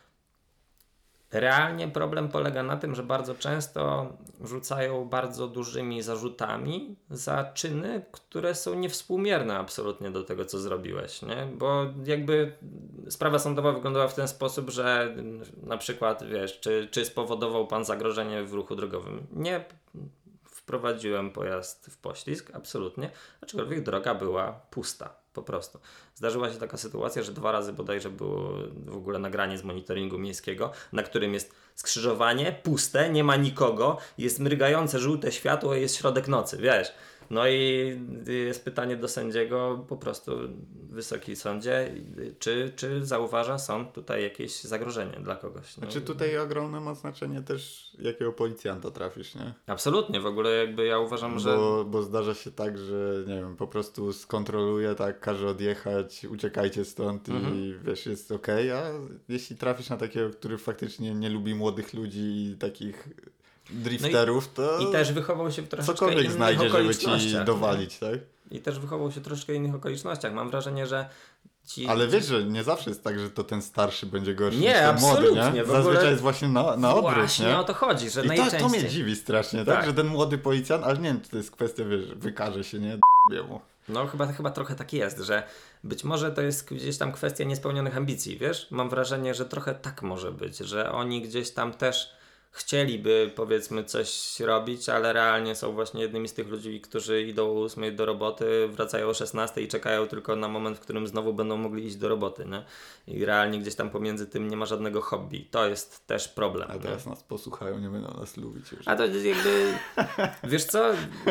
realnie problem polega na tym, że bardzo często rzucają bardzo dużymi zarzutami za czyny, które są niewspółmierne absolutnie do tego, co zrobiłeś, nie? Bo jakby sprawa sądowa wyglądała w ten sposób, że na przykład, wiesz, czy, czy spowodował pan zagrożenie w ruchu drogowym? Nie. Wprowadziłem pojazd w poślizg, absolutnie, aczkolwiek droga była pusta, po prostu. Zdarzyła się taka sytuacja, że dwa razy bodajże było w ogóle nagranie z monitoringu miejskiego, na którym jest skrzyżowanie, puste, nie ma nikogo, jest mrygające żółte światło i jest środek nocy, wiesz. No i jest pytanie do sędziego, po prostu Wysoki Sądzie, czy, czy zauważa sąd tutaj jakieś zagrożenie dla kogoś? No. Znaczy tutaj ogromne ma znaczenie też jakiego policjanta trafisz, nie? Absolutnie, w ogóle jakby ja uważam, bo, że... Bo zdarza się tak, że nie wiem, po prostu skontroluje, tak, każe odjechać, uciekajcie stąd mhm. i wiesz, jest okej, okay, a jeśli trafisz na takiego, który faktycznie nie lubi młodych ludzi i takich... drifterów, no i, to i też wychował się w troszeczkę cokolwiek innych znajdzie, żeby ci okolicznościach, dowalić, tak? I też wychował się w troszeczkę innych okolicznościach. Mam wrażenie, że Ci, Ale ci... wiesz, że nie zawsze jest tak, że to ten starszy będzie gorszy nie, niż ten młody, nie? absolutnie, w Zazwyczaj ogóle... jest właśnie na, na odwrót, Właśnie nie? o to chodzi, że I najczęściej... to, to mnie dziwi strasznie, tak? Tak. Że ten młody policjant, ale nie wiem, czy to jest kwestia, wiesz, wykaże się, nie? D***biemu. No chyba, chyba trochę tak jest, że być może to jest gdzieś tam kwestia niespełnionych ambicji, wiesz? Mam wrażenie, że trochę tak może być, że oni gdzieś tam też chcieliby, powiedzmy, coś robić, ale realnie są właśnie jednymi z tych ludzi, którzy idą o ósmej do roboty, wracają o szesnastej i czekają tylko na moment, w którym znowu będą mogli iść do roboty, nie? I realnie gdzieś tam pomiędzy tym nie ma żadnego hobby. To jest też problem. A teraz nie? nas posłuchają, nie będą nas lubić już. A to jakby, wiesz co,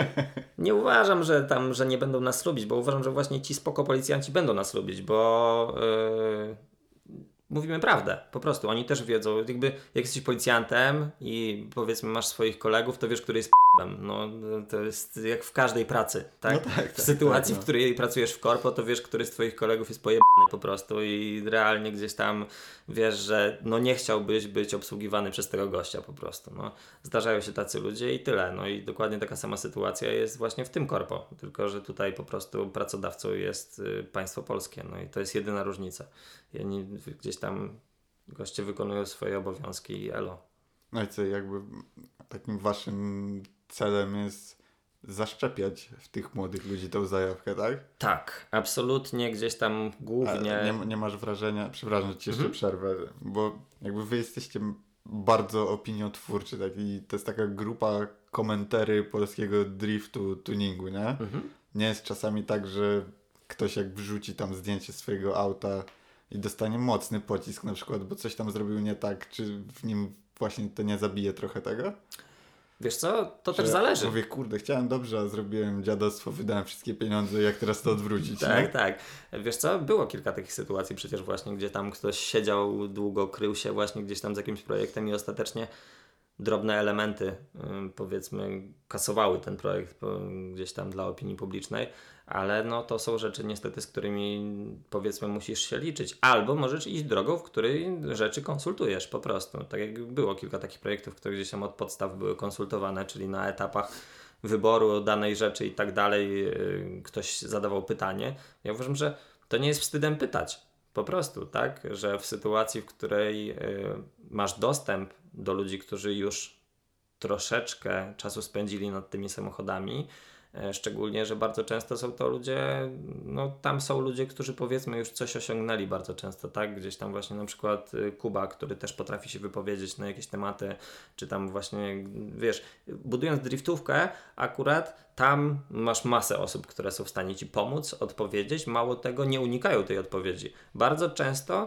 nie uważam, że tam, że nie będą nas lubić, bo uważam, że właśnie ci spoko policjanci będą nas lubić, bo... Yy... Mówimy prawdę, po prostu. Oni też wiedzą, jakby jak jesteś policjantem i powiedzmy masz swoich kolegów, to wiesz, który jest p***em. No to jest jak w każdej pracy, tak? No tak, w tak, sytuacji, tak, no. w której pracujesz w korpo, to wiesz, który z twoich kolegów jest pojebany po prostu i realnie gdzieś tam wiesz, że no nie chciałbyś być obsługiwany przez tego gościa po prostu. No. Zdarzają się tacy ludzie i tyle. No i dokładnie taka sama sytuacja jest właśnie w tym korpo, tylko że tutaj po prostu pracodawcą jest y, państwo polskie. No i to jest jedyna różnica. I oni gdzieś tam goście wykonują swoje obowiązki i elo. No i co, jakby takim waszym celem jest zaszczepiać w tych młodych ludzi tą zajawkę, tak? Tak, absolutnie gdzieś tam głównie... A nie, nie masz wrażenia, przepraszam, że ci jeszcze Mhm. przerwę, bo jakby wy jesteście bardzo opiniotwórczy, tak? I to jest taka grupa komentary polskiego driftu, tuningu, nie? Mhm. Nie jest czasami tak, że ktoś jak wrzuci tam zdjęcie swojego auta i dostanie mocny pocisk na przykład, bo coś tam zrobił nie tak, czy w nim właśnie to nie zabije trochę tego? Wiesz co, to Że też zależy. Mówię, kurde, chciałem dobrze, a zrobiłem dziadostwo, wydałem wszystkie pieniądze, jak teraz to odwrócić? Tak, nie? tak. Wiesz co, było kilka takich sytuacji przecież właśnie, gdzie tam ktoś siedział długo, krył się właśnie gdzieś tam z jakimś projektem i ostatecznie drobne elementy, y, powiedzmy, kasowały ten projekt po, gdzieś tam dla opinii publicznej, ale no to są rzeczy niestety, z którymi powiedzmy musisz się liczyć. Albo możesz iść drogą, w której rzeczy konsultujesz po prostu. Tak jak było kilka takich projektów, które gdzieś tam od podstaw były konsultowane, czyli na etapach wyboru danej rzeczy i tak dalej, yy, ktoś zadawał pytanie. Ja uważam, że to nie jest wstydem pytać. Po prostu, tak? Że w sytuacji, w której yy, masz dostęp do ludzi, którzy już troszeczkę czasu spędzili nad tymi samochodami, yy, szczególnie, że bardzo często są to ludzie, no tam są ludzie, którzy powiedzmy już coś osiągnęli bardzo często, tak? Gdzieś tam właśnie na przykład yy, Kuba, który też potrafi się wypowiedzieć na jakieś tematy, czy tam właśnie, wiesz, budując driftówkę, akurat tam masz masę osób, które są w stanie ci pomóc, odpowiedzieć, mało tego, nie unikają tej odpowiedzi. Bardzo często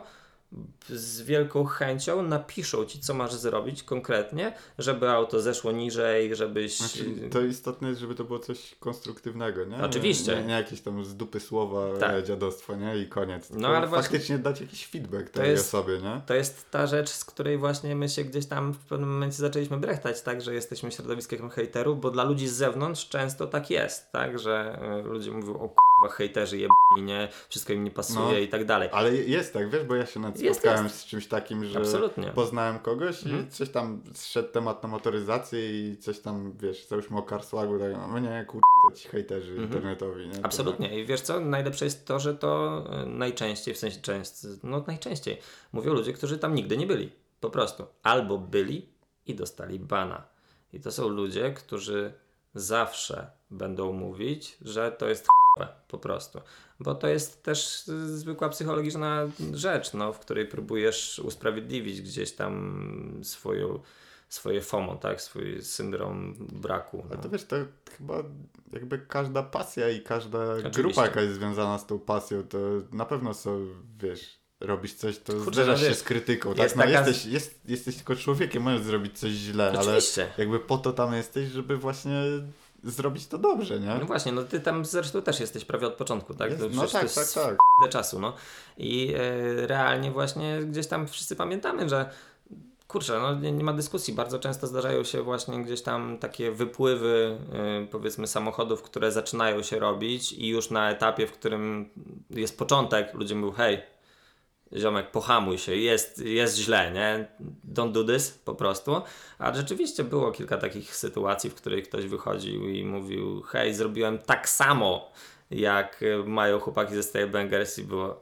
z wielką chęcią napiszą ci, co masz zrobić konkretnie, żeby auto zeszło niżej, żebyś... Znaczy, to istotne jest, żeby to było coś konstruktywnego, nie? Oczywiście. Nie, nie, nie jakieś tam z dupy słowa, Tak. e, dziadostwo, nie? I koniec. Tylko No, ale faktycznie właśnie- dać jakiś feedback tej jest- osobie, nie? To jest ta rzecz, z której właśnie my się gdzieś tam w pewnym momencie zaczęliśmy brechtać, tak, że jesteśmy środowiskiem hejterów, bo dla ludzi z zewnątrz często tak jest, tak, że y, ludzie mówią, o k***wa, hejterzy jebani, nie, wszystko im nie pasuje No. i tak dalej. Ale jest tak, wiesz, bo ja się nawet Jest, spotkałem jest. z czymś takim, że Absolutnie. poznałem kogoś Mhm. i coś tam zszedł temat na motoryzację i coś tam, wiesz, załóżmy o Carswagu, tak, no nie, kurde, ci hejterzy Mhm. internetowi, nie? To Absolutnie. I wiesz co, najlepsze jest to, że to y, najczęściej, w sensie często, no najczęściej mówią ludzie, którzy tam nigdy nie byli. Po prostu. Albo byli i dostali bana. I to są ludzie, którzy zawsze będą mówić, że to jest ch**we, po prostu. Bo to jest też y, zwykła psychologiczna rzecz, no, w której próbujesz usprawiedliwić gdzieś tam swoją, swoje FOMO, tak? Swój syndrom braku. Ale No. to wiesz, to chyba jakby każda pasja i każda Oczywiście. grupa, jaka jest związana z tą pasją, to na pewno są, wiesz, robisz coś, to Kurczę, zderzasz no się wiesz, z krytyką, tak? jest No, taka- jesteś, jest, jesteś tylko człowiekiem, możesz zrobić coś źle, Oczywiście. ale jakby po to tam jesteś, żeby właśnie zrobić to dobrze, nie? No właśnie, no ty tam zresztą też jesteś prawie od początku, tak? Jest, To no przecież tak, to tak, jest tak. f***e czasu, no. I e, realnie właśnie gdzieś tam wszyscy pamiętamy, że kurczę, no nie, nie ma dyskusji. Bardzo często zdarzają się właśnie gdzieś tam takie wypływy, yy, powiedzmy, samochodów, które zaczynają się robić i już na etapie, w którym jest początek, ludzie mówią, hej, ziomek, pohamuj się, jest, jest źle, nie? Don't do this, po prostu. A rzeczywiście było kilka takich sytuacji, w których ktoś wychodził i mówił, hej, zrobiłem tak samo, jak mają chłopaki ze Style Bangers i było,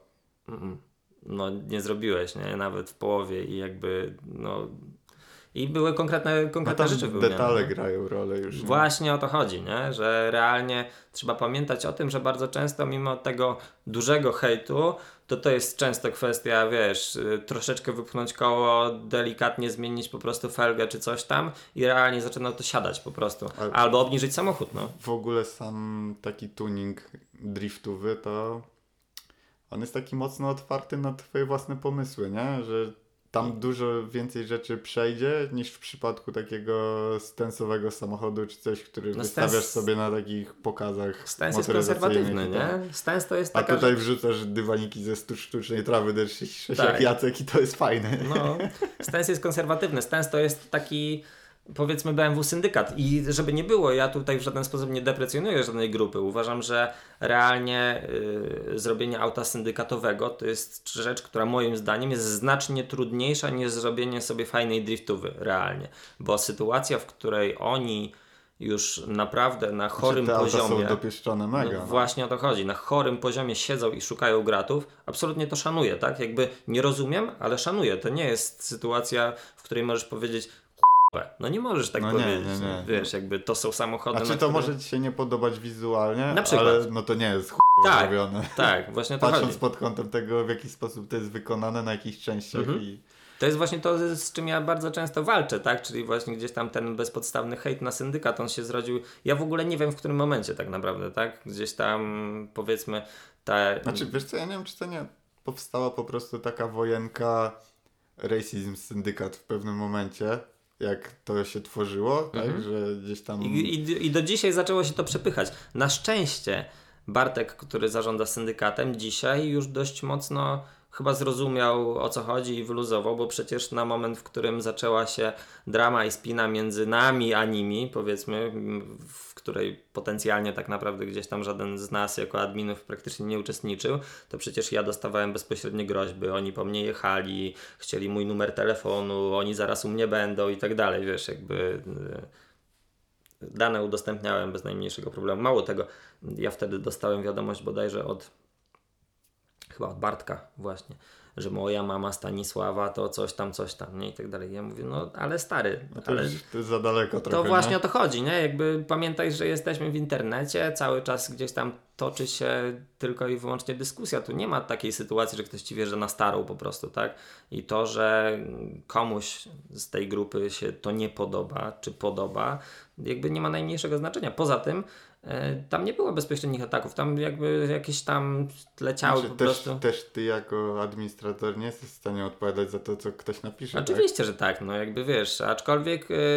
no nie zrobiłeś, nie? Nawet w połowie i jakby no i były konkretne, konkretne no rzeczy wyłonione. Detale grają rolę już. Nie? Właśnie o to chodzi, nie? Że realnie trzeba pamiętać o tym, że bardzo często mimo tego dużego hejtu, to to jest często kwestia, wiesz, troszeczkę wypchnąć koło, delikatnie zmienić po prostu felgę czy coś tam i realnie zaczyna to siadać po prostu. Ale albo obniżyć samochód, no. W ogóle sam taki tuning driftowy to on jest taki mocno otwarty na twoje własne pomysły, nie? Że tam dużo więcej rzeczy przejdzie niż w przypadku takiego stensowego samochodu czy coś, który No wystawiasz stens... sobie na takich pokazach Stens jest konserwatywny, nie? Stens to jest taka... A tutaj że... wrzucasz dywaniki ze stu sztucznej trawy D sześćdziesiąt Tak. jak Jacek i to jest fajne. No, stens jest konserwatywny. Stens to jest taki... powiedzmy B M W syndykat i żeby nie było, ja tutaj w żaden sposób nie deprecjonuję żadnej grupy. Uważam, że realnie y, zrobienie auta syndykatowego to jest rzecz, która moim zdaniem jest znacznie trudniejsza niż zrobienie sobie fajnej driftowy realnie, bo sytuacja, w której oni już naprawdę na chorym znaczy, te poziomie auta są dopieszczone mega. no, no. właśnie o to chodzi, na chorym poziomie siedzą i szukają gratów, absolutnie to szanuję, tak? Jakby nie rozumiem, ale szanuję. To nie jest sytuacja, w której możesz powiedzieć no nie możesz tak no nie, powiedzieć. Nie, nie. Wiesz, jakby to są samochody. Znaczy na to które... może ci się nie podobać wizualnie, na przykład. ale no to nie jest ch***o tak, zrobione. Tak, właśnie o to Patrząc chodzi. pod kątem tego, w jaki sposób to jest wykonane, na jakich częściach Mhm. i... To jest właśnie to, z czym ja bardzo często walczę, tak? Czyli właśnie gdzieś tam ten bezpodstawny hejt na syndykat, on się zrodził. Ja w ogóle nie wiem, w którym momencie tak naprawdę, tak? Gdzieś tam powiedzmy ta... Znaczy, wiesz co, ja nie wiem, czy to nie powstała po prostu taka wojenka racism syndykat w pewnym momencie, jak to się tworzyło, tak? Mhm. Że gdzieś tam... I, i, I do dzisiaj zaczęło się to przepychać. Na szczęście Bartek, który zarządza syndykatem, dzisiaj już dość mocno chyba zrozumiał, o co chodzi i wyluzował, bo przecież na moment, w którym zaczęła się drama i spina między nami a nimi, powiedzmy, w której potencjalnie tak naprawdę gdzieś tam żaden z nas jako adminów praktycznie nie uczestniczył, to przecież ja dostawałem bezpośrednie groźby, oni po mnie jechali, chcieli mój numer telefonu, oni zaraz u mnie będą i tak dalej, wiesz, jakby... Dane udostępniałem bez najmniejszego problemu. Mało tego, ja wtedy dostałem wiadomość bodajże od chyba od Bartka właśnie, że moja mama Stanisława to coś tam, coś tam, nie? I tak dalej. Ja mówię, no ale stary, No to, ale już, to jest za daleko trochę, to właśnie nie? o to chodzi, nie? Jakby pamiętaj, że jesteśmy w internecie, cały czas gdzieś tam toczy się tylko i wyłącznie dyskusja. Tu nie ma takiej sytuacji, że ktoś ci wierzy na starą po prostu, tak? I to, że komuś z tej grupy się to nie podoba, czy podoba, jakby nie ma najmniejszego znaczenia. Poza tym tam nie było bezpośrednich ataków, tam jakby jakieś tam leciały znaczy, po też, prostu. Też ty jako administrator nie jesteś w stanie odpowiadać za to, co ktoś napisze. Oczywiście, tak? że tak, no jakby wiesz, aczkolwiek yy,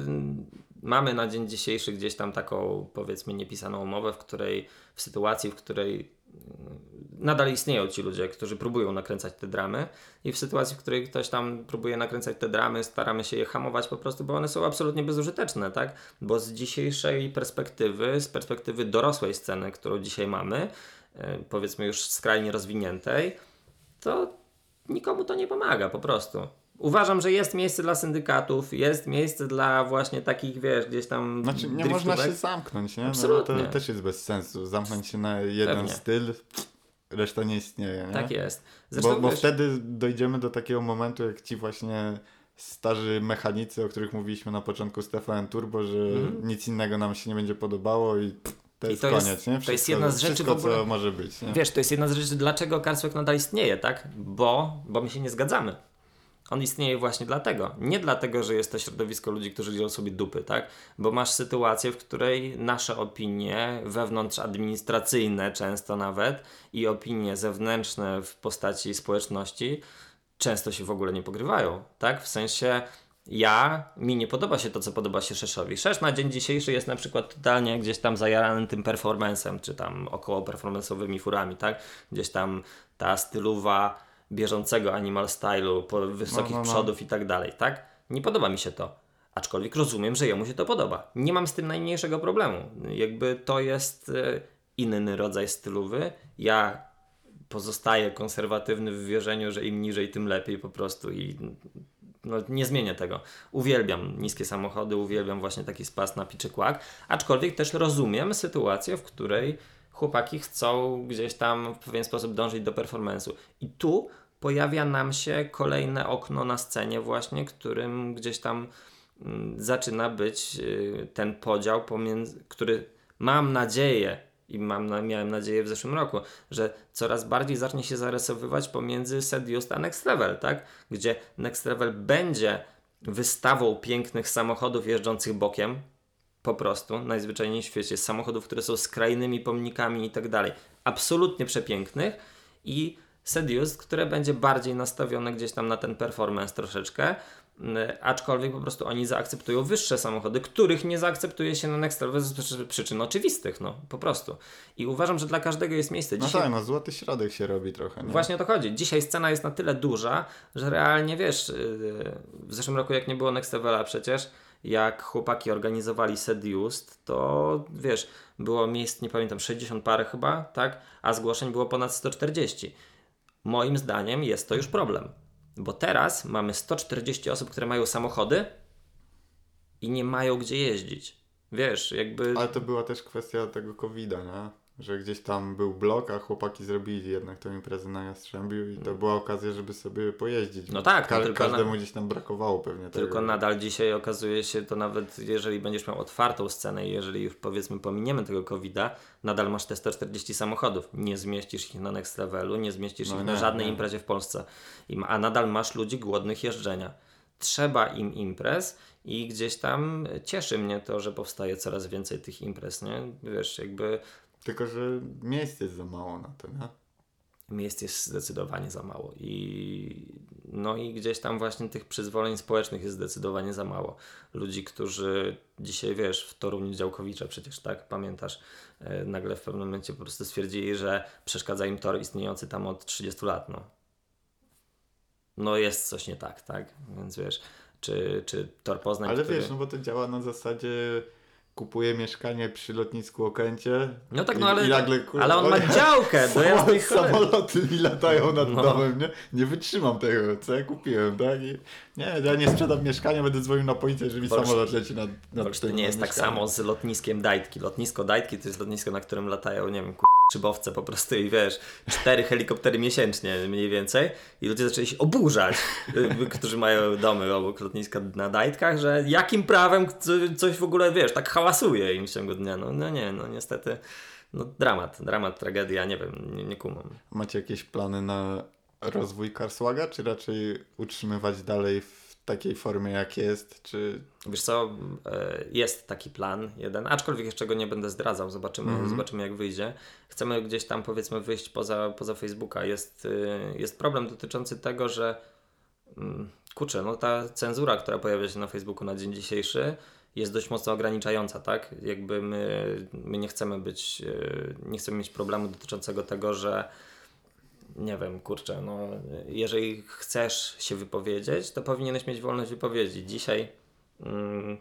mamy na dzień dzisiejszy gdzieś tam taką powiedzmy niepisaną umowę, w której w sytuacji, w której yy, nadal istnieją ci ludzie, którzy próbują nakręcać te dramy i w sytuacji, w której ktoś tam próbuje nakręcać te dramy, staramy się je hamować po prostu, bo one są absolutnie bezużyteczne, tak? Bo z dzisiejszej perspektywy, z perspektywy dorosłej sceny, którą dzisiaj mamy, yy, powiedzmy już skrajnie rozwiniętej, to nikomu to nie pomaga po prostu. Uważam, że jest miejsce dla syndykatów, jest miejsce dla właśnie takich, wiesz, gdzieś tam Znaczy nie driftówek. można się zamknąć, nie? Absolutnie. No, to też jest bez sensu. Zamknąć się na jeden Pewnie. styl, reszta nie istnieje, nie? Tak jest. Zresztą, Bo, bo wiesz, wtedy dojdziemy do takiego momentu, jak ci właśnie starzy mechanicy, o których mówiliśmy na początku z T V N Turbo, że Mhm. nic innego nam się nie będzie podobało i pff, to I jest to jest- koniec, nie? Wszystko, to jest jedna z rzeczy wszystko, w ogóle- co może być, nie? wiesz, to jest jedna z rzeczy, dlaczego Carswag nadal istnieje, tak? Bo, bo my się nie zgadzamy. On istnieje właśnie dlatego. Nie dlatego, że jest to środowisko ludzi, którzy liczą sobie dupy, tak? Bo masz sytuację, w której nasze opinie wewnątrzadministracyjne często nawet i opinie zewnętrzne w postaci społeczności często się w ogóle nie pogrywają, tak? W sensie ja, mi nie podoba się to, co podoba się Szeszowi. Szesz na dzień dzisiejszy jest na przykład totalnie gdzieś tam zajaranym tym performancem, czy tam około performance'owymi furami, tak? Gdzieś tam ta stylowa bieżącego animal stylu, po wysokich No, no, no. przodów i tak dalej, tak? Nie podoba mi się to. Aczkolwiek rozumiem, że jemu się to podoba. Nie mam z tym najmniejszego problemu. Jakby to jest e, inny rodzaj stylowy. Ja pozostaję konserwatywny w wierzeniu, że im niżej, tym lepiej po prostu i no, nie zmienię tego. Uwielbiam niskie samochody, uwielbiam właśnie taki spas na piczy kłak, aczkolwiek też rozumiem sytuację, w której chłopaki chcą gdzieś tam w pewien sposób dążyć do performance'u. I tu pojawia nam się kolejne okno na scenie właśnie, którym gdzieś tam mm, zaczyna być y, ten podział pomiędzy, który mam nadzieję i mam na, miałem nadzieję w zeszłym roku, że coraz bardziej zacznie się zarysowywać pomiędzy Seduced a Next Level, tak? Gdzie Next Level będzie wystawą pięknych samochodów jeżdżących bokiem, po prostu, najzwyczajniej w świecie, samochodów, które są skrajnymi pomnikami i tak dalej, absolutnie przepięknych, i Seduced, które będzie bardziej nastawione gdzieś tam na ten performance troszeczkę, aczkolwiek po prostu oni zaakceptują wyższe samochody, których nie zaakceptuje się na Next Level z przyczyn oczywistych, no po prostu. I uważam, że dla każdego jest miejsce. No Dzisiaj... tak, no złoty środek się robi trochę. Nie? Właśnie o to chodzi. Dzisiaj scena jest na tyle duża, że realnie wiesz, w zeszłym roku jak nie było Next Levela przecież, jak chłopaki organizowali Seduced, to wiesz, było miejsc, nie pamiętam, sześćdziesiąt parę chyba, tak? A zgłoszeń było ponad sto czterdzieści. Moim zdaniem jest to już problem. Bo teraz mamy sto czterdzieści osób, które mają samochody i nie mają gdzie jeździć. Wiesz, jakby... Ale to była też kwestia tego kowida, nie? Że gdzieś tam był blok, a chłopaki zrobili jednak tą imprezę na Jastrzębiu i to była okazja, żeby sobie pojeździć. No tak. Ka- no tylko każdemu na... gdzieś tam brakowało pewnie Tylko tego. nadal dzisiaj okazuje się to, nawet jeżeli będziesz miał otwartą scenę i jeżeli już powiedzmy pominiemy tego kowida, nadal masz te sto czterdzieści samochodów. Nie zmieścisz ich na Next Levelu, nie zmieścisz No ich nie, na żadnej nie. imprezie w Polsce. I ma- A nadal masz ludzi głodnych jeżdżenia. Trzeba im imprez i gdzieś tam cieszy mnie to, że powstaje coraz więcej tych imprez, nie? Wiesz, jakby... Tylko, że miejsc jest za mało na to, nie? Miejsc jest zdecydowanie za mało i no i gdzieś tam właśnie tych przyzwoleń społecznych jest zdecydowanie za mało. Ludzi, którzy dzisiaj, wiesz, w Toruniu Działkowicza przecież, tak, pamiętasz, yy, nagle w pewnym momencie po prostu stwierdzili, że przeszkadza im tor istniejący tam od trzydziestu lat, no. No jest coś nie tak, tak, więc wiesz, czy, czy tor Poznań, Ale który... wiesz, no bo to działa na zasadzie kupuję mieszkanie przy lotnisku Okęcie. No tak, i, no ale, i nagle, kurwa, ale on ma działkę do jasnej cholery. Samoloty mi latają nad No. domem, nie? Nie wytrzymam tego, co ja kupiłem, tak? I nie, ja nie sprzedam mieszkania, będę dzwonił na policję, jeżeli Bo już- samolot leci nad, nad To już tym nie jest tak mieszkaniem. samo z lotniskiem Dajtki. Lotnisko Dajtki to jest lotnisko, na którym latają, nie wiem, k***, szybowce po prostu i wiesz, cztery helikoptery miesięcznie mniej więcej i ludzie zaczęli się oburzać, y, którzy mają domy obok lotniska na Dajtkach, że jakim prawem co, coś w ogóle, wiesz, tak hałasuje im w ciągu dnia. No, no nie, no niestety, no dramat, dramat, tragedia, nie wiem, nie, nie kumam. Macie jakieś plany na rozwój Carswaga, czy raczej utrzymywać dalej w takiej formie jak jest, czy... Wiesz co, e, jest taki plan jeden, aczkolwiek jeszcze go nie będę zdradzał, zobaczymy, Mhm. zobaczymy jak wyjdzie. Chcemy gdzieś tam powiedzmy wyjść poza, poza Facebooka. Jest, y, jest problem dotyczący tego, że mm, kurczę, no ta cenzura, która pojawia się na Facebooku na dzień dzisiejszy jest dość mocno ograniczająca, tak? Jakby my, my nie chcemy być, y, nie chcemy mieć problemu dotyczącego tego, że nie wiem, kurczę, no jeżeli chcesz się wypowiedzieć, to powinieneś mieć wolność wypowiedzi. Dzisiaj mm,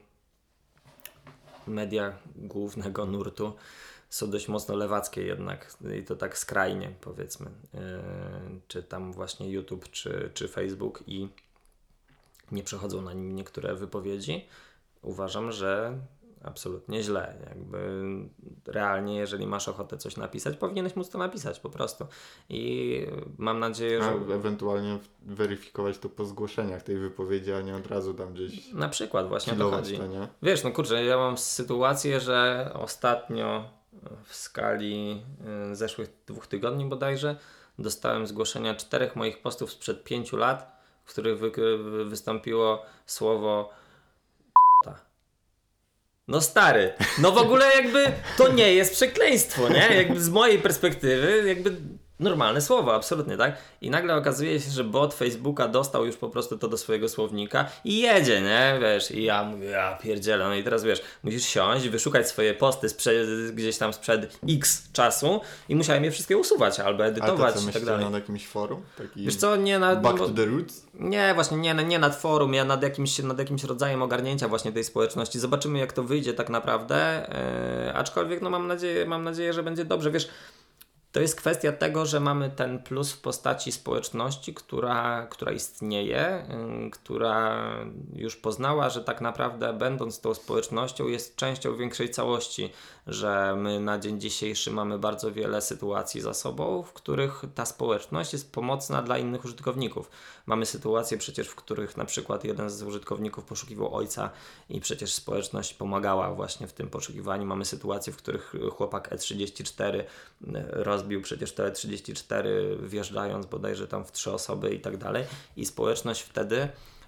media głównego nurtu są dość mocno lewackie jednak i to tak skrajnie powiedzmy, yy, czy tam właśnie YouTube, czy, czy Facebook i nie przechodzą na nim niektóre wypowiedzi. Uważam, że absolutnie źle. Jakby realnie, jeżeli masz ochotę coś napisać, powinieneś móc to napisać po prostu. I mam nadzieję, że... A ewentualnie weryfikować to po zgłoszeniach tej wypowiedzi, a nie od razu tam gdzieś Na przykład właśnie o to kilować chodzi. to, nie? Wiesz, no kurczę, ja mam sytuację, że ostatnio w skali y, zeszłych dwóch tygodni bodajże dostałem zgłoszenia czterech moich postów sprzed pięciu lat, w których wy, wy, wystąpiło słowo p***ta. No stary, no w ogóle jakby to nie jest przekleństwo, nie? Jakby z mojej perspektywy jakby normalne słowo, absolutnie, tak? I nagle okazuje się, że bot Facebooka dostał już po prostu to do swojego słownika i jedzie, nie? Wiesz, i ja mówię, ja pierdzielę, no i teraz wiesz, musisz siąść, wyszukać swoje posty sprze- gdzieś tam sprzed X czasu i musiałem je wszystkie usuwać albo edytować Ale to co, i tak myślicie dalej. nad jakimś forum? Taki Wiesz co, nie na... back bo- to the roots? Nie, właśnie nie, nie nad forum, ja nad jakimś, nad jakimś rodzajem ogarnięcia właśnie tej społeczności. Zobaczymy jak to wyjdzie tak naprawdę, yy, aczkolwiek no mam nadzieję, mam nadzieję, że będzie dobrze. Wiesz, To jest kwestia tego, że mamy ten plus w postaci społeczności, która, która istnieje, yy, która już poznała, że tak naprawdę będąc tą społecznością jest częścią większej całości, że my na dzień dzisiejszy mamy bardzo wiele sytuacji za sobą, w których ta społeczność jest pomocna dla innych użytkowników. Mamy sytuacje przecież, w których na przykład jeden z użytkowników poszukiwał ojca i przecież społeczność pomagała właśnie w tym poszukiwaniu. Mamy sytuacje, w których chłopak E trzydzieści cztery rozbił przecież to E trzydzieści cztery wjeżdżając bodajże tam w trzy osoby i tak dalej. I społeczność wtedy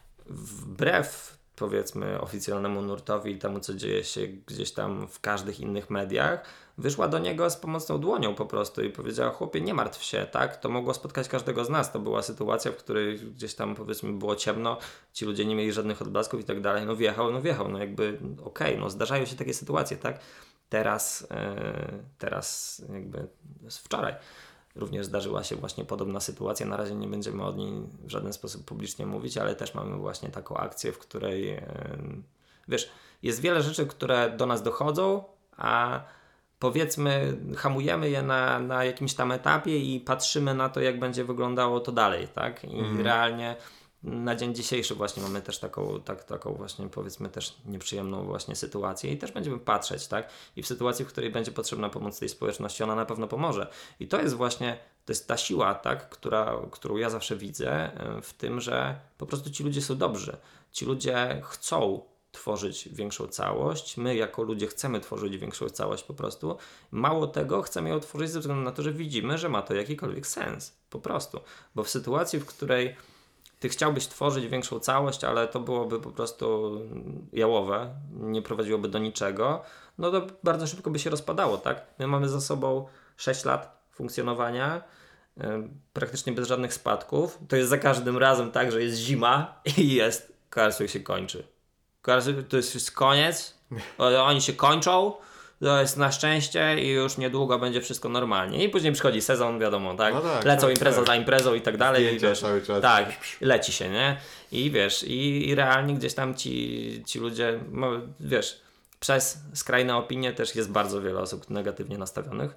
wbrew powiedzmy oficjalnemu nurtowi i temu, co dzieje się gdzieś tam w każdych innych mediach, wyszła do niego z pomocną dłonią po prostu i powiedziała: chłopie, nie martw się, tak? To mogło spotkać każdego z nas. To była sytuacja, w której gdzieś tam powiedzmy było ciemno, ci ludzie nie mieli żadnych odblasków i tak dalej. No wjechał, no wjechał, no jakby okej, okay, no zdarzają się takie sytuacje, tak? Teraz, yy, teraz jakby wczoraj również zdarzyła się właśnie podobna sytuacja. Na razie nie będziemy o niej w żaden sposób publicznie mówić, ale też mamy właśnie taką akcję, w której yy, wiesz, jest wiele rzeczy, które do nas dochodzą, a powiedzmy hamujemy je na, na jakimś tam etapie i patrzymy na to, jak będzie wyglądało to dalej, tak? I mm. realnie na dzień dzisiejszy właśnie mamy też taką, tak, taką właśnie powiedzmy też nieprzyjemną właśnie sytuację i też będziemy patrzeć, tak? I w sytuacji, w której będzie potrzebna pomoc tej społeczności, ona na pewno pomoże. I to jest właśnie, to jest ta siła, tak? Która, którą ja zawsze widzę w tym, że po prostu ci ludzie są dobrzy. Ci ludzie chcą tworzyć większą całość. My jako ludzie chcemy tworzyć większą całość po prostu. Mało tego, chcemy ją tworzyć ze względu na to, że widzimy, że ma to jakikolwiek sens. Po prostu. Bo w sytuacji, w której ty chciałbyś tworzyć większą całość, ale to byłoby po prostu jałowe, nie prowadziłoby do niczego, no to bardzo szybko by się rozpadało, tak? My mamy za sobą sześć lat funkcjonowania, yy, praktycznie bez żadnych spadków. To jest za każdym razem tak, że jest zima i jest, Carlsberg się kończy. Carlsberg to jest, jest koniec, oni się kończą, to jest na szczęście i już niedługo będzie wszystko normalnie. I później przychodzi sezon, wiadomo, tak? No tak Lecą tak, impreza tak. za imprezą i tak dalej. I wiesz, cały czas. Tak, leci się, nie? I wiesz, i, i realnie gdzieś tam ci, ci ludzie, no, wiesz, przez skrajne opinie też jest bardzo wiele osób negatywnie nastawionych.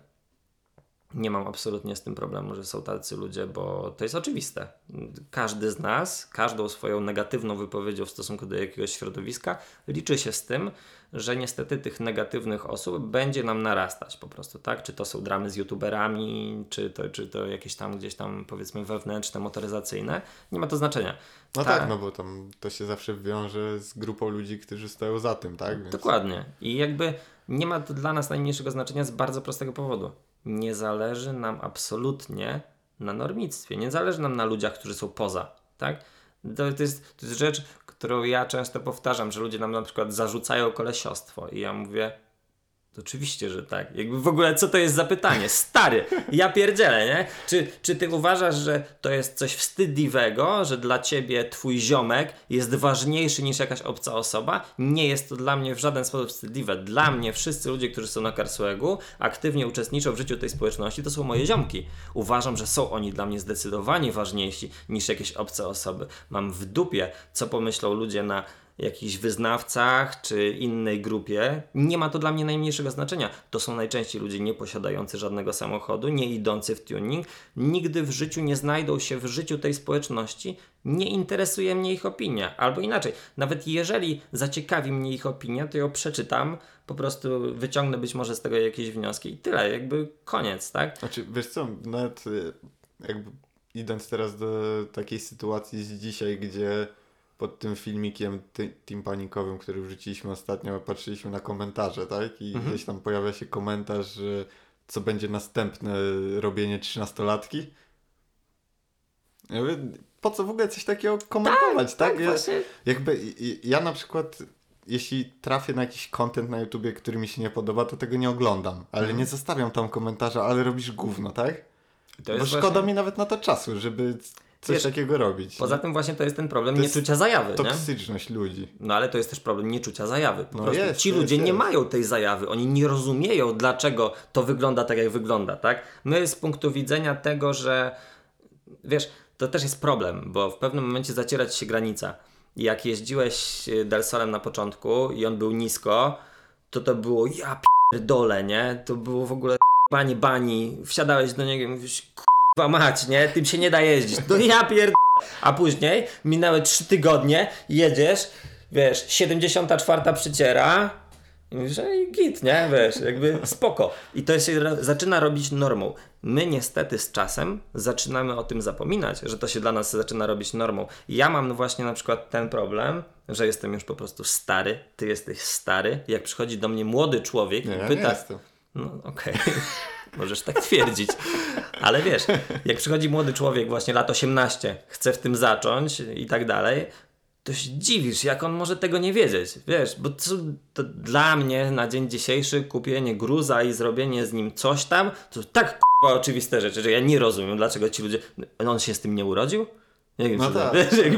Nie mam absolutnie z tym problemu, że są tacy ludzie, bo to jest oczywiste. Każdy z nas, każdą swoją negatywną wypowiedzią w stosunku do jakiegoś środowiska liczy się z tym, że niestety tych negatywnych osób będzie nam narastać po prostu, tak? Czy to są dramy z youtuberami, czy to, czy to jakieś tam gdzieś tam powiedzmy wewnętrzne, motoryzacyjne. Nie ma to znaczenia. No Ta... tak, no bo tam to się zawsze wiąże z grupą ludzi, którzy stoją za tym, tak? Więc... Dokładnie. I jakby nie ma to dla nas najmniejszego znaczenia z bardzo prostego powodu. Nie zależy nam absolutnie na normictwie. Nie zależy nam na ludziach, którzy są poza, tak? To, to, jest, to jest rzecz, którą ja często powtarzam, że ludzie nam na przykład zarzucają kolesiostwo i ja mówię, to oczywiście, że tak. Jakby w ogóle co to jest za pytanie? Stary, ja pierdzielę, nie? Czy, czy ty uważasz, że to jest coś wstydliwego, że dla ciebie twój ziomek jest ważniejszy niż jakaś obca osoba? Nie jest to dla mnie w żaden sposób wstydliwe. Dla mnie wszyscy ludzie, którzy są na Carlsbergu, aktywnie uczestniczą w życiu tej społeczności, to są moje ziomki. Uważam, że są oni dla mnie zdecydowanie ważniejsi niż jakieś obce osoby. Mam w dupie, co pomyślą ludzie na jakichś wyznawcach czy innej grupie. Nie ma to dla mnie najmniejszego znaczenia. To są najczęściej ludzie nie posiadający żadnego samochodu, nie idący w tuning. Nigdy w życiu nie znajdą się w życiu tej społeczności. Nie interesuje mnie ich opinia. Albo inaczej, nawet jeżeli zaciekawi mnie ich opinia, to ją przeczytam, po prostu wyciągnę być może z tego jakieś wnioski i tyle. Jakby koniec, tak? Znaczy, wiesz co, nawet jakby idąc teraz do takiej sytuacji z dzisiaj, gdzie pod tym filmikiem ty, teampanikowym, który wrzuciliśmy ostatnio, patrzyliśmy na komentarze, tak? I mhm. gdzieś tam pojawia się komentarz, że co będzie następne robienie trzynastolatki. Ja mówię, po co w ogóle coś takiego komentować, tak? tak? Ja, jakby ja na przykład, jeśli trafię na jakiś content na YouTubie, który mi się nie podoba, to tego nie oglądam. Ale mhm. nie zostawiam tam komentarza, ale robisz gówno, tak? To jest Bo szkoda właśnie... mi nawet na to czasu, żeby... coś Wiesz, takiego robić. Poza nie? tym właśnie to jest ten problem to nieczucia zajawy. Toksyczność nie? ludzi. No ale to jest też problem nieczucia zajawy. Po no prostu jest, ci jest, ludzie jest. nie mają tej zajawy. Oni nie rozumieją, dlaczego to wygląda tak, jak wygląda, tak? My z punktu widzenia tego, że wiesz, to też jest problem, bo w pewnym momencie zaciera ci się granica. Jak jeździłeś Delsolem na początku i on był nisko, to to było ja pierdolę, nie? To było w ogóle panie bani, wsiadałeś do niego i mówisz, k***wa mać, nie? Tym się nie da jeździć. No ja pierd... A później minęły trzy tygodnie, jedziesz, wiesz, siedemdziesiąta czwarta przyciera i mówisz, ej, git, nie? Wiesz, jakby spoko. I to się zaczyna robić normą. My niestety z czasem zaczynamy o tym zapominać, że to się dla nas zaczyna robić normą. Ja mam właśnie na przykład ten problem, że jestem już po prostu stary, ty jesteś stary. Jak przychodzi do mnie młody człowiek nie, i ja pyta... nie jestem. No okej, okay. Możesz tak twierdzić, ale wiesz, jak przychodzi młody człowiek, właśnie lat osiemnaście, chce w tym zacząć i tak dalej, to się dziwisz, jak on może tego nie wiedzieć, wiesz, bo to, to dla mnie na dzień dzisiejszy kupienie gruza i zrobienie z nim coś tam, to tak k***a oczywiste rzeczy, że ja nie rozumiem, dlaczego ci ludzie, on się z tym nie urodził? Nie wiem, no czy tak. Wiesz, jak,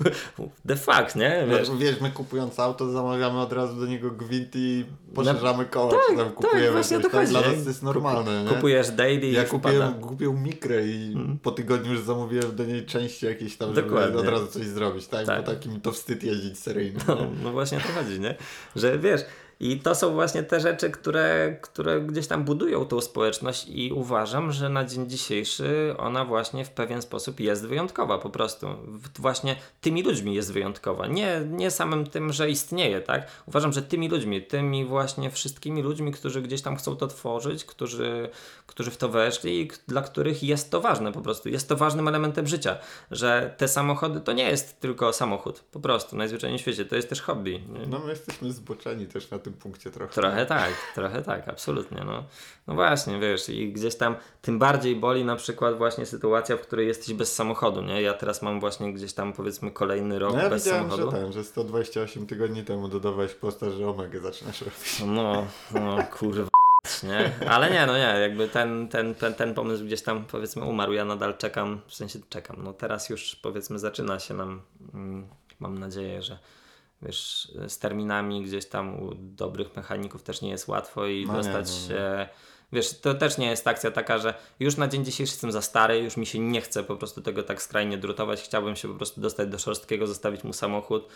the fuck, nie? Wiesz. No, wiesz, my kupując auto zamawiamy od razu do niego gwint i poszerzamy koła, tak, czy tam tak, kupujemy właśnie coś to tam. chodzi, Dla nie? nas to jest normalne, nie? Kupujesz daily ja i kupiłem, kupiłem mikrę i mm. po tygodniu już zamówiłem do niej części jakieś tam, żeby Dokładnie. Od razu coś zrobić, tak? tak. Bo takim to wstyd jeździć seryjnie. No, no właśnie o to chodzi, nie? Że wiesz, i to są właśnie te rzeczy, które, które gdzieś tam budują tą społeczność i uważam, że na dzień dzisiejszy ona właśnie w pewien sposób jest wyjątkowa po prostu. Właśnie tymi ludźmi jest wyjątkowa. Nie, nie samym tym, że istnieje, tak? Uważam, że tymi ludźmi, tymi właśnie wszystkimi ludźmi, którzy gdzieś tam chcą to tworzyć, którzy, którzy w to weszli i dla których jest to ważne po prostu. Jest to ważnym elementem życia, że te samochody to nie jest tylko samochód, po prostu, najzwyczajniej w świecie, to jest też hobby. Nie? No my jesteśmy zboczeni też na tym punkcie trochę. Trochę tak, trochę tak, absolutnie. No. no właśnie, wiesz, i gdzieś tam tym bardziej boli na przykład właśnie sytuacja, w której jesteś bez samochodu, nie? Ja teraz mam właśnie gdzieś tam powiedzmy kolejny rok no ja bez widziałem, samochodu. Że ten, że sto dwadzieścia osiem tygodni temu dodawałeś posta, że Omegę zaczynasz robić. No, no kurwa, nie? Ale nie, no nie, jakby ten, ten, ten, ten pomysł gdzieś tam powiedzmy umarł, ja nadal czekam, w sensie czekam, no teraz już powiedzmy zaczyna się nam, mm, mam nadzieję, że wiesz, z terminami gdzieś tam u dobrych mechaników też nie jest łatwo i no dostać nie, nie, nie. się... Wiesz, to też nie jest akcja taka, że już na dzień dzisiejszy jestem za stary, już mi się nie chce po prostu tego tak skrajnie drutować, chciałbym się po prostu dostać do Szorstkiego, zostawić mu samochód,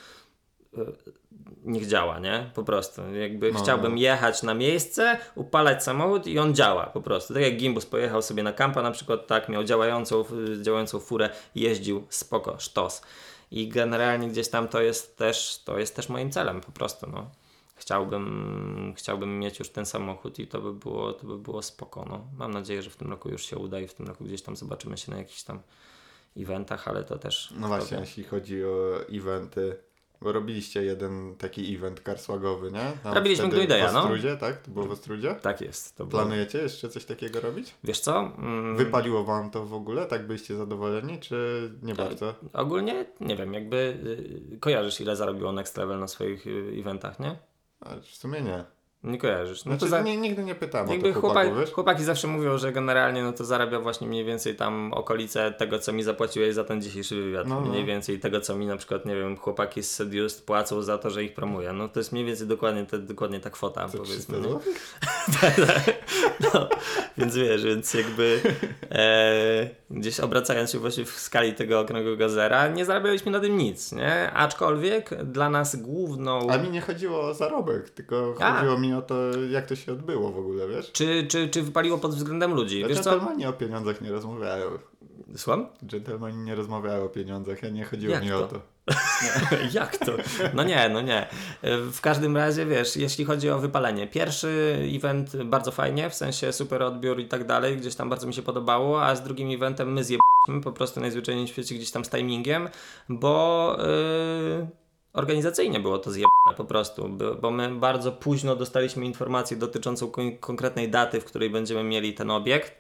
niech działa, nie? Po prostu. Jakby no, chciałbym no. jechać na miejsce, upalać samochód i on działa po prostu. Tak jak Gimbus pojechał sobie na kampa na przykład, tak, miał działającą, działającą furę, jeździł, spoko, sztos. I generalnie gdzieś tam to jest też, to jest też moim celem po prostu, no. Chciałbym, chciałbym mieć już ten samochód i to by było, to by było spoko, no. Mam nadzieję, że w tym roku już się uda i w tym roku gdzieś tam zobaczymy się na jakichś tam eventach, ale to też... No właśnie, to... jeśli chodzi o eventy, bo robiliście jeden taki event karsłagowy, nie? Tam robiliśmy Gnoideja, no. W Ostrudzie, tak? To było w Ostrudzie? Tak jest. To Planujecie było... jeszcze coś takiego robić? Wiesz co? Mm... Wypaliło wam to w ogóle? Tak byliście zadowoleni, czy nie to, bardzo? Ogólnie, nie wiem, jakby yy, kojarzysz ile zarobiło Next Level na swoich yy, eventach, nie? A w sumie nie. Nie kojarzysz. No znaczy, to za... nie, nigdy nie pytam jakby o to chłopaków, chłopak, wiesz? chłopaki zawsze mówią, że generalnie no to zarabia właśnie mniej więcej tam okolice tego, co mi zapłaciłeś za ten dzisiejszy wywiad. No, no. Mniej więcej tego, co mi na przykład, nie wiem, chłopaki z Seduced płacą za to, że ich promuję. No to jest mniej więcej dokładnie, te, dokładnie ta kwota, co, powiedzmy. No? tak, tak. No, więc wiesz, więc jakby e, gdzieś obracając się właśnie w skali tego okrągłego zera, nie zarabialiśmy na tym nic, nie? Aczkolwiek dla nas główną... A mi nie chodziło o zarobek, tylko A. chodziło mi o to, jak to się odbyło w ogóle, wiesz? Czy, czy, czy wypaliło pod względem ludzi? Ja Wiesz co? dżentelmeni o pieniądzach nie rozmawiają. Słucham? Dżentelmeni nie rozmawiają o pieniądzach, ja nie chodziło Jak mi to? o to. Jak to? No nie, no nie. W każdym razie, wiesz, jeśli chodzi o wypalenie. Pierwszy event bardzo fajnie, w sensie super odbiór i tak dalej, gdzieś tam bardzo mi się podobało, a z drugim eventem my zjebaliśmy po prostu najzwyczajniej w świecie gdzieś tam z timingiem, bo yy, organizacyjnie było to zjebane po prostu, bo my bardzo późno dostaliśmy informację dotyczącą kon- konkretnej daty, w której będziemy mieli ten obiekt.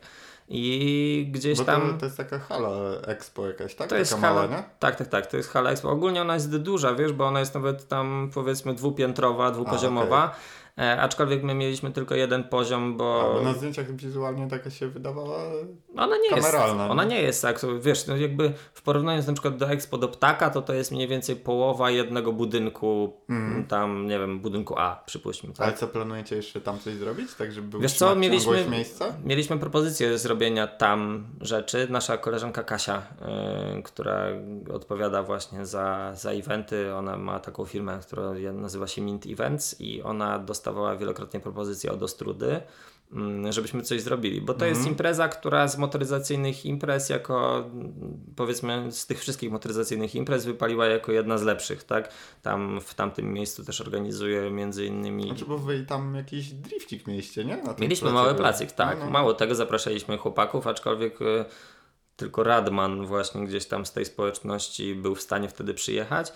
I gdzieś bo tam... To, to jest taka hala Expo jakaś, tak? To jest taka hala, mała, nie? Tak, tak, tak. To jest hala Expo. Ogólnie ona jest duża, wiesz, bo ona jest nawet tam powiedzmy dwupiętrowa, dwupoziomowa. A, okay. E, aczkolwiek my mieliśmy tylko jeden poziom, bo... A, bo na zdjęciach wizualnie taka się wydawała ona nie kameralna. Jest, ona nie jest tak, wiesz, no jakby w porównaniu na przykład do Expo do Ptaka, to to jest mniej więcej połowa jednego budynku, mm. tam, nie wiem, budynku A, przypuśćmy. Tak? Ale co, planujecie jeszcze tam coś zrobić? Tak, żeby był wiesz co, mieliśmy, miejsca? mieliśmy propozycję zrobienia tam rzeczy. Nasza koleżanka Kasia, yy, która odpowiada właśnie za, za eventy, ona ma taką firmę, która nazywa się Mint Events i ona dostała dostawała wielokrotnie propozycje od Ostrudy, żebyśmy coś zrobili, bo to Mhm. jest impreza, która z motoryzacyjnych imprez jako, powiedzmy, z tych wszystkich motoryzacyjnych imprez wypaliła jako jedna z lepszych, tak? Tam w tamtym miejscu też organizuje między innymi... Znaczy, bo wy tam jakiś drifcik mieliście, nie? Na tym Mieliśmy placu mały był. placyk, tak. No, no. Mało tego, zapraszaliśmy chłopaków, aczkolwiek y, tylko Radman właśnie gdzieś tam z tej społeczności był w stanie wtedy przyjechać.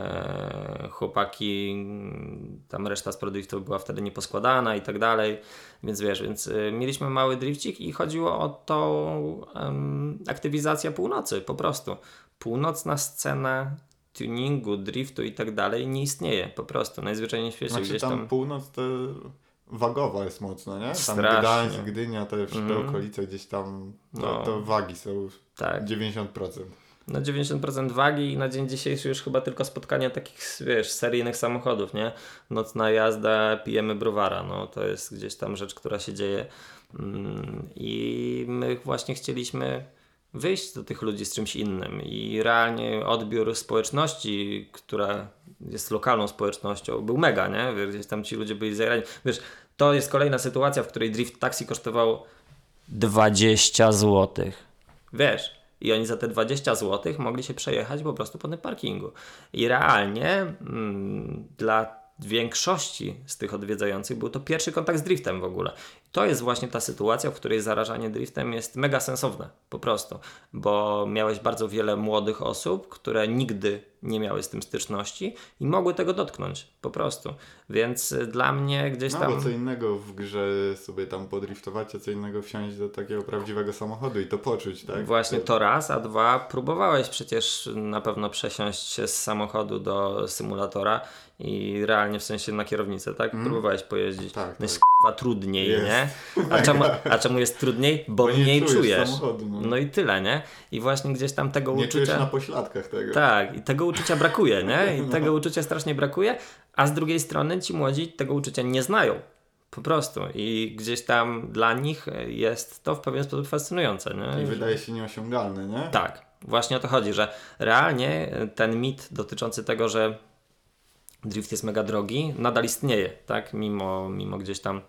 E, chłopaki, tam reszta z produktów była wtedy nieposkładana i tak dalej. Więc wiesz, więc y, mieliśmy mały drifcik i chodziło o tą um, aktywizację północy, po prostu. Północna scena tuningu, driftu i tak dalej nie istnieje, po prostu. Najzwyczajniej w świecie Znaczy gdzieś tam, tam... północ to wagowa jest mocno, nie? Tam Strasznie. Gdańsk, Gdynia, te, te Mhm. okolice gdzieś tam, to, No. to wagi są Tak. dziewięćdziesiąt procent. Na dziewięćdziesiąt procent wagi i na dzień dzisiejszy już chyba tylko spotkania takich, wiesz, seryjnych samochodów, nie? Nocna jazda, pijemy browara, no to jest gdzieś tam rzecz, która się dzieje. Mm, I my właśnie chcieliśmy wyjść do tych ludzi z czymś innym i realnie odbiór społeczności, która jest lokalną społecznością, był mega, nie? Wiesz, gdzieś tam ci ludzie byli zajarani. Wiesz, to jest kolejna sytuacja, w której drift taxi kosztował dwadzieścia złotych. Wiesz, i oni za te dwadzieścia złotych mogli się przejechać po prostu po tym parkingu. I realnie mm, dla większości z tych odwiedzających był to pierwszy kontakt z driftem w ogóle. To jest właśnie ta sytuacja, w której zarażanie driftem jest mega sensowne, po prostu, bo miałeś bardzo wiele młodych osób, które nigdy nie miały z tym styczności i mogły tego dotknąć, po prostu. Więc dla mnie gdzieś No tam... bo co innego w grze sobie tam podriftować, a co innego wsiąść do takiego prawdziwego samochodu i to poczuć, tak? Właśnie to raz, a dwa, próbowałeś przecież na pewno przesiąść się z samochodu do symulatora i realnie w sensie na kierownicę, tak? Mm. Próbowałeś pojeździć. Tak, No tak. jest k***a trudniej, Jest. nie? A czemu, a czemu jest trudniej? Bo, Bo nie mniej czujesz czujesz. samochodu, no. No i tyle, nie? I właśnie gdzieś tam tego Nie czujesz uczucia... na pośladkach tego. Tak, i tego uczucia brakuje, nie? I No. tego uczucia strasznie brakuje, a z drugiej strony ci młodzi tego uczucia nie znają. Po prostu. I gdzieś tam dla nich jest to w pewien sposób fascynujące, nie? I wydaje się nieosiągalne, nie? Tak, właśnie o to chodzi, że realnie ten mit dotyczący tego, że drift jest mega drogi, nadal istnieje, tak? Mimo, mimo gdzieś tam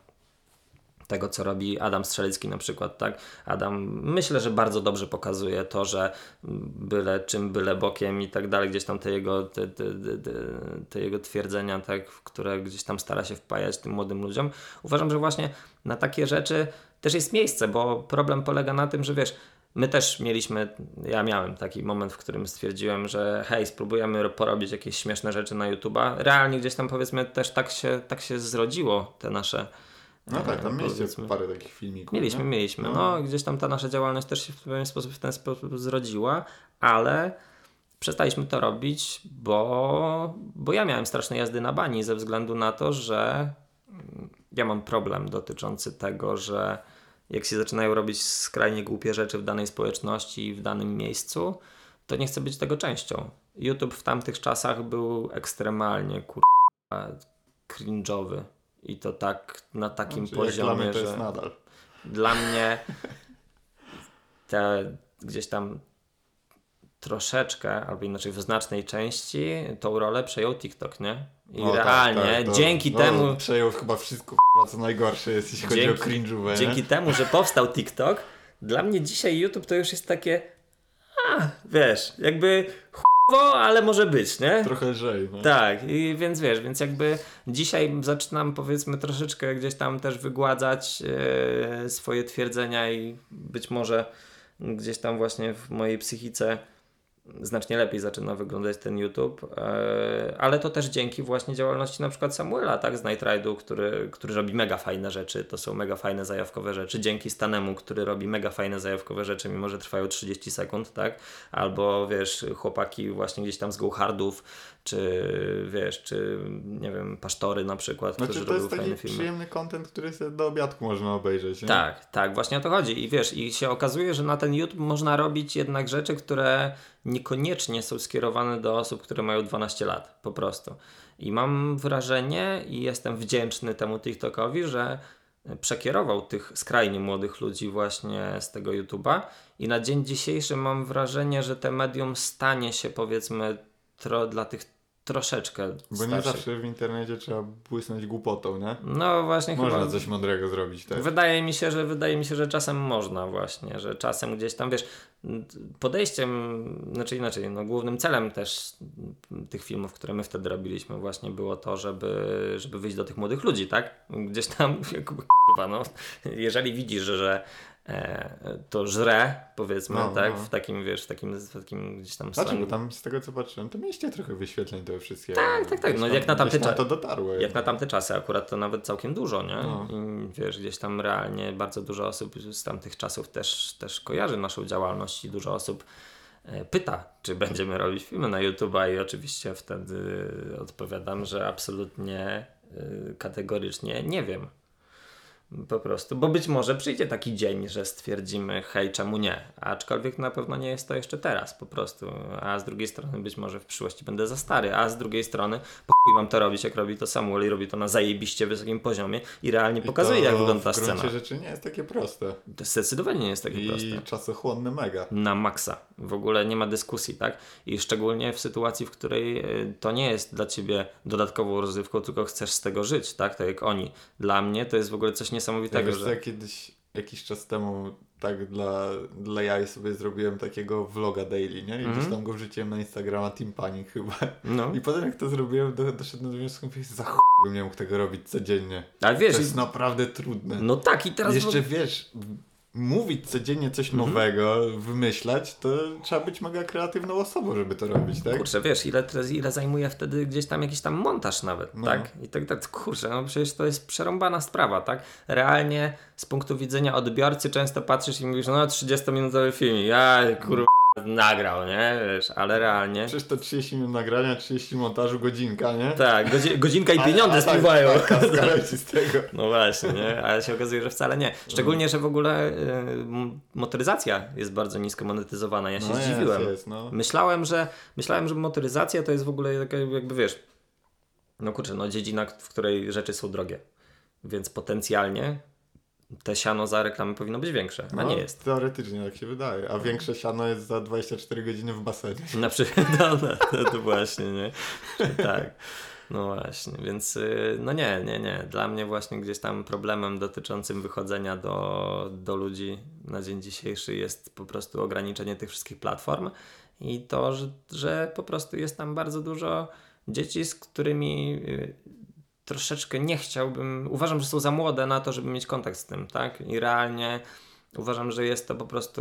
tego, co robi Adam Strzelecki na przykład, tak? Adam, myślę, że bardzo dobrze pokazuje to, że byle czym, byle bokiem i tak dalej, gdzieś tam te jego, te, te, te, te jego twierdzenia, tak? Które gdzieś tam stara się wpajać tym młodym ludziom. Uważam, że właśnie na takie rzeczy też jest miejsce, bo problem polega na tym, że wiesz, my też mieliśmy, ja miałem taki moment, w którym stwierdziłem, że hej, spróbujemy porobić jakieś śmieszne rzeczy na YouTube'a. Realnie gdzieś tam powiedzmy też tak się, tak się zrodziło te nasze... No tak, tam e, mieliście powiedzmy- parę takich filmików. Mieliśmy, nie? mieliśmy. No. No, gdzieś tam ta nasza działalność też się w pewien sposób w ten sposób zrodziła, ale przestaliśmy to robić, bo, bo ja miałem straszne jazdy na bani ze względu na to, że mm, ja mam problem dotyczący tego, że jak się zaczynają robić skrajnie głupie rzeczy w danej społeczności i w danym miejscu, to nie chcę być tego częścią. YouTube w tamtych czasach był ekstremalnie kurwa cringe'owy. I to tak na takim Znaczy, jak dla mnie poziomie, to że jest nadal. dla mnie te gdzieś tam troszeczkę, albo inaczej w znacznej części tą rolę przejął TikTok, nie? I No tak, realnie tak, to- dzięki no, temu przejął chyba wszystko, k***a, co najgorsze jest, jeśli chodzi Dzięki- o cringe'ówę, dzięki nie? temu, że powstał TikTok, dla mnie dzisiaj YouTube to już jest takie a, wiesz, jakby ch**wo, ale może być, nie? Trochę lżej, no. Tak, i więc wiesz, więc jakby dzisiaj zaczynam powiedzmy troszeczkę gdzieś tam też wygładzać e, swoje twierdzenia i być może gdzieś tam właśnie w mojej psychice znacznie lepiej zaczyna wyglądać ten YouTube, e, ale to też dzięki właśnie działalności na przykład Samuela, tak, z Night Ride'u, który, który robi mega fajne rzeczy, to są mega fajne zajawkowe rzeczy, dzięki Stanemu, który robi mega fajne zajawkowe rzeczy, mimo że trwają trzydzieści sekund, tak, albo wiesz, chłopaki właśnie gdzieś tam z Go Hardów, czy wiesz, czy nie wiem, Pasztory na przykład, Znaczy którzy to robią jest taki fajne filmy. przyjemny content, który sobie do obiadku można obejrzeć, nie? Tak, tak, właśnie o to chodzi. I wiesz, i się okazuje, że na ten YouTube można robić jednak rzeczy, które niekoniecznie są skierowane do osób, które mają dwanaście lat, po prostu. I mam wrażenie i jestem wdzięczny temu TikTokowi, że przekierował tych skrajnie młodych ludzi właśnie z tego YouTube'a i na dzień dzisiejszy mam wrażenie, że te medium stanie się powiedzmy tro, dla tych troszeczkę Bo starszych. nie zawsze w internecie trzeba błysnąć głupotą, nie? No właśnie Można chyba... coś mądrego zrobić, tak? Wydaje mi się, że wydaje mi się, że czasem można właśnie, że czasem gdzieś tam, wiesz, podejściem, znaczy inaczej, no głównym celem też tych filmów, które my wtedy robiliśmy właśnie było to, żeby, żeby wyjść do tych młodych ludzi, tak? Gdzieś tam, kurwa, no, jeżeli widzisz, że e, to żre, powiedzmy, no, tak? No. W takim, wiesz, w takim, w takim gdzieś tam... Znaczy, bo tam z tego co patrzyłem, to mieliście trochę wyświetleń te wszystkie. Tak, tak, tak. No tam, jak na tamte czasy. czasy. to dotarło. Jak na tamte czasy akurat to nawet całkiem dużo, nie? No. I wiesz, gdzieś tam realnie bardzo dużo osób z tamtych czasów też, też kojarzy naszą działalność i dużo osób e, pyta, czy będziemy robić filmy na YouTube'a i oczywiście wtedy odpowiadam, że absolutnie e, kategorycznie nie wiem. Po prostu, bo być może przyjdzie taki dzień, że stwierdzimy, hej, czemu nie? Aczkolwiek na pewno nie jest to jeszcze teraz po prostu. A z drugiej strony być może w przyszłości będę za stary, a z drugiej strony po chuj mam to robić, jak robi to Samuel i robi to na zajebiście wysokim poziomie i realnie pokazuje, I to jak wygląda ta w gruncie scena. rzeczy nie jest takie proste. To zdecydowanie nie jest takie I proste. czasochłonne mega. Na maksa. W ogóle nie ma dyskusji, tak? I szczególnie w sytuacji, w której y, to nie jest dla ciebie dodatkową rozrywką, tylko chcesz z tego żyć, tak? Tak jak oni. Dla mnie to jest w ogóle coś niesamowitego, Ja wiesz, że... co, kiedyś, jakiś czas temu tak dla, dla jaj sobie zrobiłem takiego vloga daily, nie? I Mhm. gdzieś tam go wrzuciłem na Instagrama Team Panic chyba. No. I potem jak to zrobiłem, do, doszedłem do wniosku, że za chuj bym nie mógł tego robić codziennie. Ale wiesz... To jest naprawdę trudne. No tak i teraz... Jeszcze w... wiesz, mówić codziennie coś Mhm. nowego, wymyślać, to trzeba być mega kreatywną osobą, żeby to robić, tak? Kurczę, wiesz, ile, ile zajmuje wtedy gdzieś tam jakiś tam montaż nawet, No. tak? I tak, tak, kurczę, no przecież to jest przerąbana sprawa, tak? Realnie z punktu widzenia odbiorcy często patrzysz i mówisz, no trzydziestominutowy film, ja kurwa nagrał, nie? Wiesz, ale realnie... Przecież to trzydzieści minut nagrania, trzydzieści montażu, godzinka, nie? Tak, godzi- godzinka i pieniądze a, a, spływają. Tak, tak, tak, z tego. No właśnie, nie? Ale się okazuje, że wcale nie. Szczególnie, że w ogóle y, m- motoryzacja jest bardzo nisko monetyzowana. Ja się No zdziwiłem. jest, jest, no. Myślałem, że myślałem, że motoryzacja to jest w ogóle taka, jakby wiesz, no kurczę, no dziedzina, w której rzeczy są drogie. Więc potencjalnie te siano za reklamę powinno być większe, a No, nie jest. Teoretycznie tak się wydaje. A większe siano jest za dwadzieścia cztery godziny w basenie. Na przykład, no, no, to, to właśnie, nie? Tak. No właśnie, więc y, no nie, nie, nie. Dla mnie właśnie gdzieś tam problemem dotyczącym wychodzenia do, do ludzi na dzień dzisiejszy jest po prostu ograniczenie tych wszystkich platform i to, że, że po prostu jest tam bardzo dużo dzieci, z którymi y, troszeczkę nie chciałbym, uważam, że są za młode na to, żeby mieć kontakt z tym, tak? I realnie uważam, że jest to po prostu...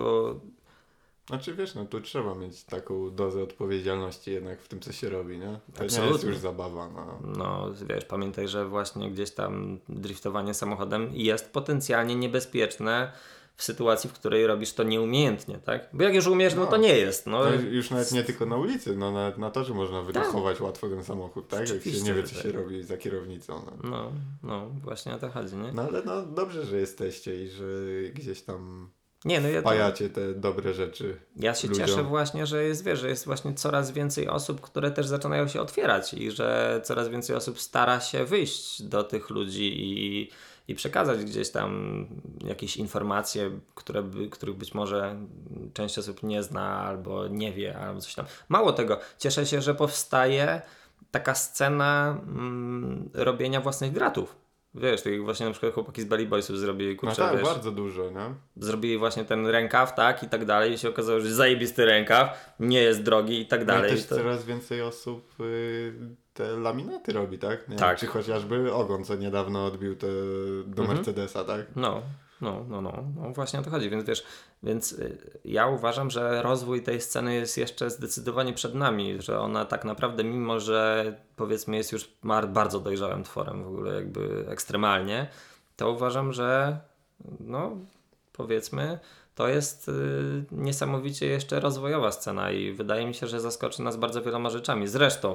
Znaczy wiesz, no tu trzeba mieć taką dozę odpowiedzialności jednak w tym, co się robi, nie? To Absolutnie. nie jest już zabawa, no. No, wiesz, pamiętaj, że właśnie gdzieś tam driftowanie samochodem jest potencjalnie niebezpieczne w sytuacji, w której robisz to nieumiejętnie, tak? Bo jak już umiesz, no, No. to nie jest. No, To już nawet nie tylko na ulicy, no nawet na torze można wydechować łatwo ten samochód, tak? Jak się Oczywiście, nie wie, że co tak. się robi za kierownicą, no. no, no, właśnie o to chodzi, nie? No ale no dobrze, że jesteście i że gdzieś tam Nie, no ja, to, wpajacie te dobre rzeczy. ja się ludziom. cieszę właśnie, że jest, wiesz, że jest właśnie coraz więcej osób, które też zaczynają się otwierać i że coraz więcej osób stara się wyjść do tych ludzi i, i przekazać gdzieś tam jakieś informacje, które by, których być może część osób nie zna albo nie wie, albo coś tam. Mało tego, cieszę się, że powstaje taka scena mm, robienia własnych gratów. Wiesz, tak jak właśnie na przykład chłopaki z Belly Boysów zrobili, No kurczę, tak, wiesz, bardzo dużo, nie? zrobili właśnie ten rękaw, tak, i tak dalej, i się okazało, że zajebisty rękaw, nie jest drogi i tak No i dalej. też To... coraz więcej osób y, te laminaty robi, tak? Nie Tak. Wiem, czy chociażby Ogon, co niedawno odbił te do Mhm. Mercedesa, tak? No, no, no, no, no, właśnie o to chodzi, więc wiesz, więc y, ja uważam, że rozwój tej sceny jest jeszcze zdecydowanie przed nami, że ona tak naprawdę, mimo że powiedzmy jest już mar- bardzo dojrzałym tworem w ogóle jakby ekstremalnie, to uważam, że no powiedzmy to jest y, niesamowicie jeszcze rozwojowa scena i wydaje mi się, że zaskoczy nas bardzo wieloma rzeczami. Zresztą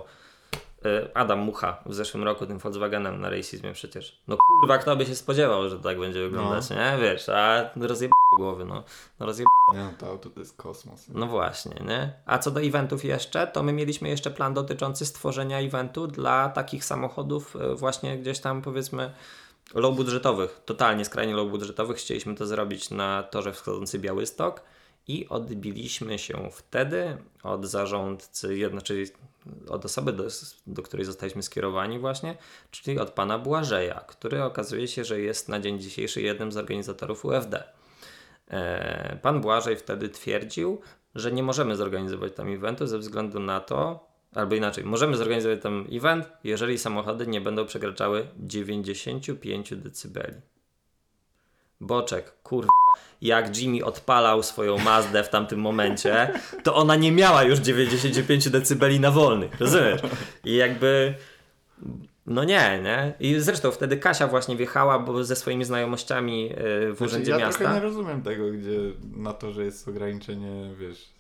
y, Adam Mucha w zeszłym roku tym Volkswagenem na Racismie przecież. No kurwa, kto by się spodziewał, że tak będzie wyglądać, No. nie? Wiesz, a rozjeb głowy, no. no rozjeb... Nie, no to auto to jest kosmos. No właśnie, nie? A co do eventów jeszcze, to my mieliśmy jeszcze plan dotyczący stworzenia eventu dla takich samochodów y, właśnie gdzieś tam powiedzmy low budżetowych, totalnie skrajnie low budżetowych. Chcieliśmy to zrobić na torze wschodzący Białystok i odbiliśmy się wtedy od zarządcy, znaczy od osoby, do, do której zostaliśmy skierowani właśnie, czyli od pana Błażeja, który okazuje się, że jest na dzień dzisiejszy jednym z organizatorów U F D. E, pan Błażej wtedy twierdził, że nie możemy zorganizować tam eventu ze względu na to, albo inaczej, możemy zorganizować tam event, jeżeli samochody nie będą przekraczały dziewięćdziesiąt pięć decybeli. Boczek, kurwa, jak Jimmy odpalał swoją Mazdę w tamtym momencie, to ona nie miała już dziewięćdziesiąt pięć decybeli na wolnych, rozumiesz? I jakby, no nie, nie? I zresztą wtedy Kasia właśnie wjechała, bo ze swoimi znajomościami w znaczy, Urzędzie ja Miasta. Ja trochę nie rozumiem tego, gdzie na to, że jest ograniczenie, wiesz,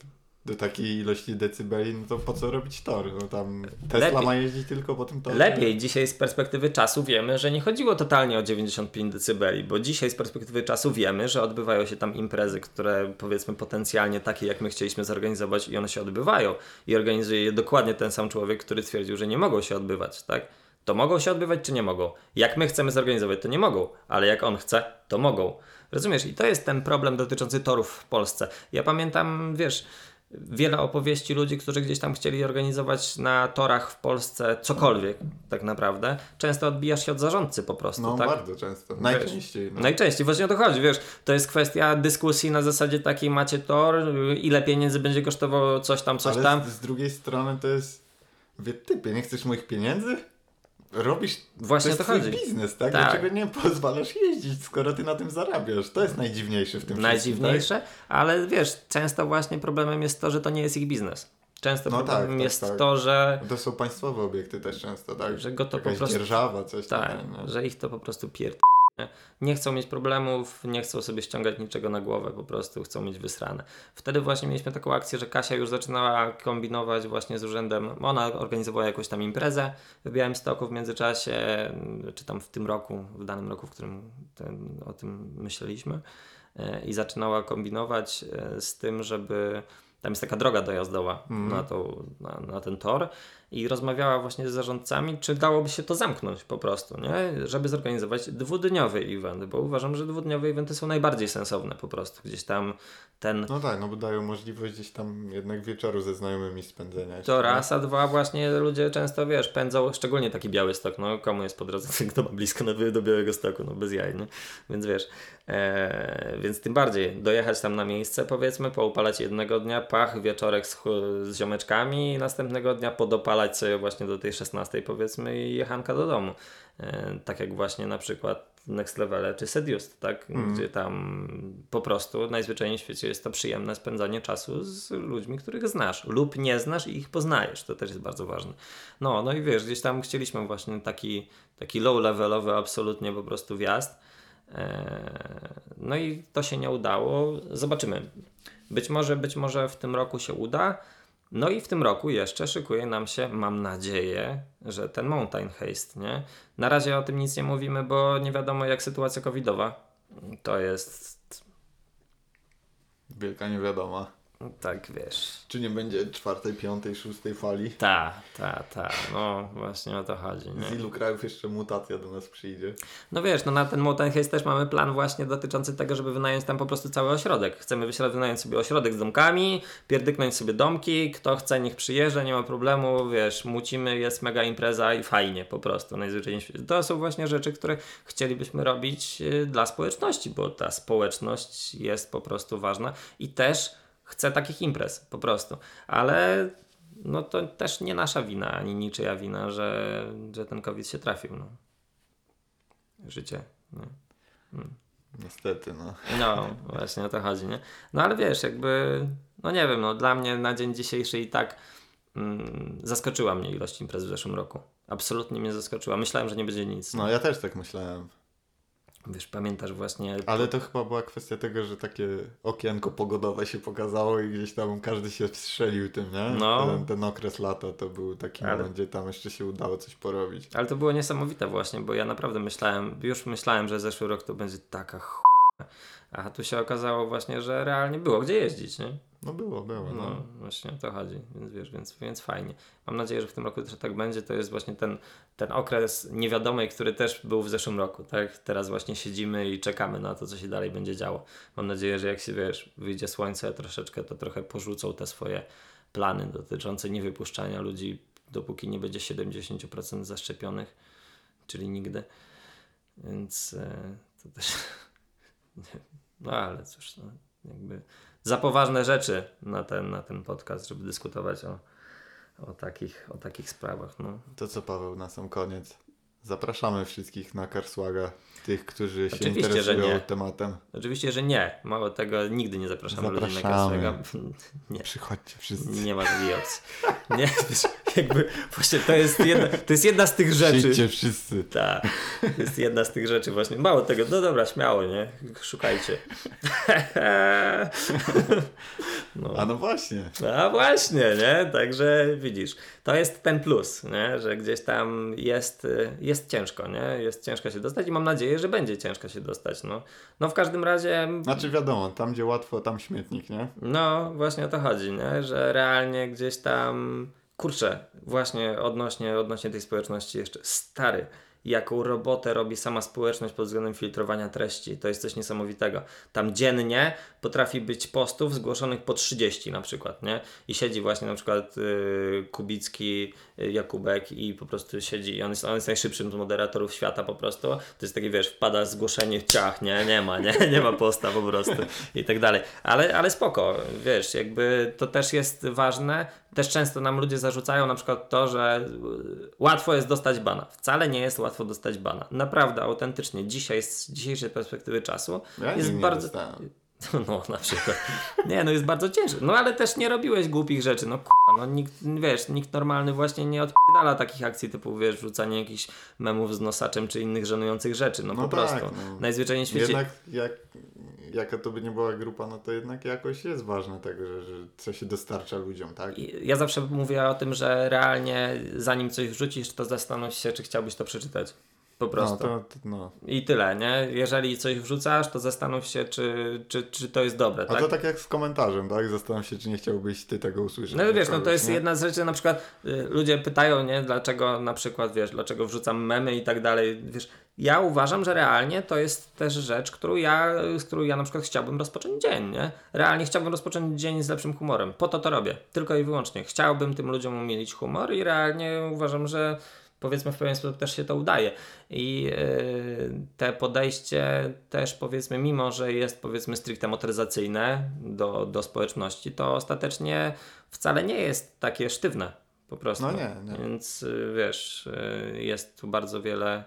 do takiej ilości decybeli, no to po co robić tor? No tam Tesla lepiej, ma jeździć tylko po tym torze. Lepiej, dzisiaj z perspektywy czasu wiemy, że nie chodziło totalnie o dziewięćdziesiąt pięć decybeli, bo dzisiaj z perspektywy czasu wiemy, że odbywają się tam imprezy, które powiedzmy potencjalnie takie, jak my chcieliśmy zorganizować i one się odbywają i organizuje je dokładnie ten sam człowiek, który twierdził, że nie mogą się odbywać, tak? To mogą się odbywać, czy nie mogą? Jak my chcemy zorganizować, to nie mogą, ale jak on chce, to mogą. Rozumiesz? I to jest ten problem dotyczący torów w Polsce. Ja pamiętam, wiesz, wiele opowieści ludzi, którzy gdzieś tam chcieli organizować na torach w Polsce cokolwiek tak naprawdę. Często odbijasz się od zarządcy po prostu, no, tak? No bardzo często. Najczęściej. No. Najczęściej, właśnie o to chodzi, wiesz. To jest kwestia dyskusji na zasadzie takiej, macie tor, ile pieniędzy będzie kosztowało coś tam, coś Ale tam. Z, z drugiej strony to jest, wie typie, nie chcesz moich pieniędzy? Robisz, właśnie to jest to twój chodzi. biznes, tak? tak? Dlaczego nie pozwalasz jeździć, skoro ty na tym zarabiasz? To jest najdziwniejsze w tym Najdziwniejsze, wszystkim, tak? ale wiesz, często właśnie problemem jest to, że to nie jest ich biznes. Często no problemem tak, tak, jest tak. to, że... To są państwowe obiekty też często, tak? Że go to Jakaś po prostu... dzierżawa, coś tak, tam. No. że ich to po prostu pierd... Nie chcą mieć problemów, nie chcą sobie ściągać niczego na głowę, po prostu chcą mieć wysrane. Wtedy właśnie mieliśmy taką akcję, że Kasia już zaczynała kombinować właśnie z urzędem. Ona organizowała jakąś tam imprezę w Białymstoku w międzyczasie, czy tam w tym roku, w danym roku, w którym ten, o tym myśleliśmy. I zaczynała kombinować z tym, żeby... Tam jest taka droga dojazdowa mm. na, to, na, na ten tor i rozmawiała właśnie z zarządcami, czy dałoby się to zamknąć po prostu, nie? Żeby zorganizować dwudniowy event, bo uważam, że dwudniowe eventy są najbardziej sensowne po prostu. Gdzieś tam ten... No tak, no bo dają możliwość gdzieś tam jednak wieczoru ze znajomymi spędzenia. To raz, a dwa właśnie ludzie często, wiesz, pędzą, szczególnie taki Białystok, no komu jest po drodze, kto ma blisko no, do Białegostoku, no bez jaj, nie? Więc wiesz, ee, więc tym bardziej dojechać tam na miejsce, powiedzmy, poupalać jednego dnia, pach, wieczorek z, z ziomeczkami i następnego dnia podopalać sobie właśnie do tej szesnastej powiedzmy i jechanka do domu. E, tak jak właśnie na przykład Next Level czy Seduced, tak? Mm. Gdzie tam po prostu najzwyczajniej w świecie jest to przyjemne spędzanie czasu z ludźmi, których znasz lub nie znasz i ich poznajesz. To też jest bardzo ważne. No, no i wiesz, gdzieś tam chcieliśmy właśnie taki, taki low levelowy absolutnie po prostu wjazd. No i to się nie udało. Zobaczymy. Być może, być może w tym roku się uda. No i w tym roku jeszcze szykuje nam się, mam nadzieję, że ten Mountain Haste, nie? Na razie o tym nic nie mówimy, bo nie wiadomo jak sytuacja covidowa. To jest... wielka niewiadoma. Tak, wiesz. Czy nie będzie czwartej, piątej, szóstej fali? Ta, ta, ta. No właśnie o to chodzi. Nie? Z ilu krajów jeszcze mutacja do nas przyjdzie? No wiesz, no na ten Mountain Haste też mamy plan właśnie dotyczący tego, żeby wynająć tam po prostu cały ośrodek. Chcemy wynająć sobie ośrodek z domkami, pierdyknąć sobie domki, kto chce niech przyjeżdża, nie ma problemu, wiesz, mucimy, jest mega impreza i fajnie po prostu. Najzwyczajniej w świecie. To są właśnie rzeczy, które chcielibyśmy robić dla społeczności, bo ta społeczność jest po prostu ważna i też chcę takich imprez, po prostu. Ale no to też nie nasza wina, ani niczyja wina, że, że ten COVID się trafił. No. Życie. Nie? Hmm. Niestety, no. No, właśnie o to chodzi, nie? No ale wiesz, jakby, no nie wiem, no dla mnie na dzień dzisiejszy i tak mm, zaskoczyła mnie ilość imprez w zeszłym roku. Absolutnie mnie zaskoczyła. Myślałem, że nie będzie nic. No ja też tak myślałem. Wiesz, pamiętasz właśnie... Ale to chyba była kwestia tego, że takie okienko pogodowe się pokazało i gdzieś tam każdy się wstrzelił tym, nie? No. Ten, ten okres lata to był taki Ale... moment, gdzie tam jeszcze się udało coś porobić. Ale to było niesamowite właśnie, bo ja naprawdę myślałem, już myślałem, że zeszły rok to będzie taka ch... A tu się okazało właśnie, że realnie było gdzie jeździć, nie? No było, było. No, no właśnie o to chodzi, więc wiesz, więc, więc fajnie. Mam nadzieję, że w tym roku też tak będzie. To jest właśnie ten, ten okres niewiadomej, który też był w zeszłym roku, tak? Teraz właśnie siedzimy i czekamy na to, co się dalej będzie działo. Mam nadzieję, że jak się, wiesz, wyjdzie słońce troszeczkę, to trochę porzucą te swoje plany dotyczące niewypuszczania ludzi, dopóki nie będzie siedemdziesiąt procent zaszczepionych, czyli nigdy. Więc e, to też... no ale cóż, no, jakby za poważne rzeczy na ten, na ten podcast, żeby dyskutować o, o, takich, o takich sprawach. No. To co, Paweł, na sam koniec. Zapraszamy wszystkich na Carswaga, tych, którzy się Oczywiście, interesują tematem. Oczywiście, że nie. Mało tego, nigdy nie zapraszamy, zapraszamy. ludzi na Carswaga. Nie. Przychodźcie wszyscy. Nie ma takiej opcji. Nie, wiesz, jakby właśnie to jest jedna, to jest jedna z tych rzeczy. Przyjdźcie wszyscy. Tak, to jest jedna z tych rzeczy właśnie. Mało tego, no dobra, śmiało, nie? Szukajcie. No. A no właśnie. A właśnie, nie? Także widzisz, to jest ten plus, nie? Że gdzieś tam jest, jest ciężko, nie? Jest ciężko się dostać i mam nadzieję, że będzie ciężko się dostać, no. No w każdym razie... Znaczy wiadomo, tam gdzie łatwo, tam śmietnik, nie? No właśnie o to chodzi, nie? Że realnie gdzieś tam... Kurczę, właśnie odnośnie, odnośnie tej społeczności jeszcze, stary, jaką robotę robi sama społeczność pod względem filtrowania treści. To jest coś niesamowitego. Tam dziennie potrafi być postów zgłoszonych po trzydzieści na przykład, nie? I siedzi właśnie na przykład yy, Kubicki, yy, Jakubek i po prostu siedzi i on jest, on jest najszybszym z moderatorów świata po prostu. To jest taki, wiesz, wpada zgłoszenie, ciach, nie? Nie ma, nie? Nie ma posta po prostu i tak dalej. Ale, ale spoko, wiesz, jakby to też jest ważne. Też często nam ludzie zarzucają na przykład to, że łatwo jest dostać bana. Wcale nie jest łatwo dostać bana. Naprawdę, autentycznie. Dzisiaj, z dzisiejszej perspektywy czasu ja jest nie bardzo... dostałem. No na przykład. Nie, no jest bardzo ciężko. No ale też nie robiłeś głupich rzeczy. No k***a, no nikt, wiesz, nikt normalny właśnie nie odpierdala takich akcji typu, wiesz, wrzucanie jakichś memów z nosaczem czy innych żenujących rzeczy. No, no po tak, prostu. No. Najzwyczajniej w świecie... Jednak jak, jaka to by nie była grupa, no to jednak jakoś jest ważne tego, że, że co się dostarcza ludziom, tak? I ja zawsze mówię o tym, że realnie zanim coś wrzucisz, to zastanów się, czy chciałbyś to przeczytać. Po prostu. No, to, to, no. I tyle, nie? Jeżeli coś wrzucasz, to zastanów się, czy, czy, czy to jest dobre, A tak? to tak jak z komentarzem, tak? Zastanów się, czy nie chciałbyś ty tego usłyszeć. No wiesz, no to kogoś, jest nie? jedna z rzeczy, na przykład y, ludzie pytają, nie? Dlaczego na przykład, wiesz, dlaczego wrzucam memy i tak dalej, wiesz. Ja uważam, że realnie to jest też rzecz, którą ja, z którą ja na przykład chciałbym rozpocząć dzień, nie? Realnie chciałbym rozpocząć dzień z lepszym humorem. Po to to robię. Tylko i wyłącznie. Chciałbym tym ludziom umilić humor i realnie uważam, że powiedzmy w pewien sposób też się to udaje. I yy, te podejście też powiedzmy, mimo że jest powiedzmy stricte motoryzacyjne do, do społeczności, to ostatecznie wcale nie jest takie sztywne po prostu. No nie, nie. Więc yy, wiesz, yy, jest tu bardzo wiele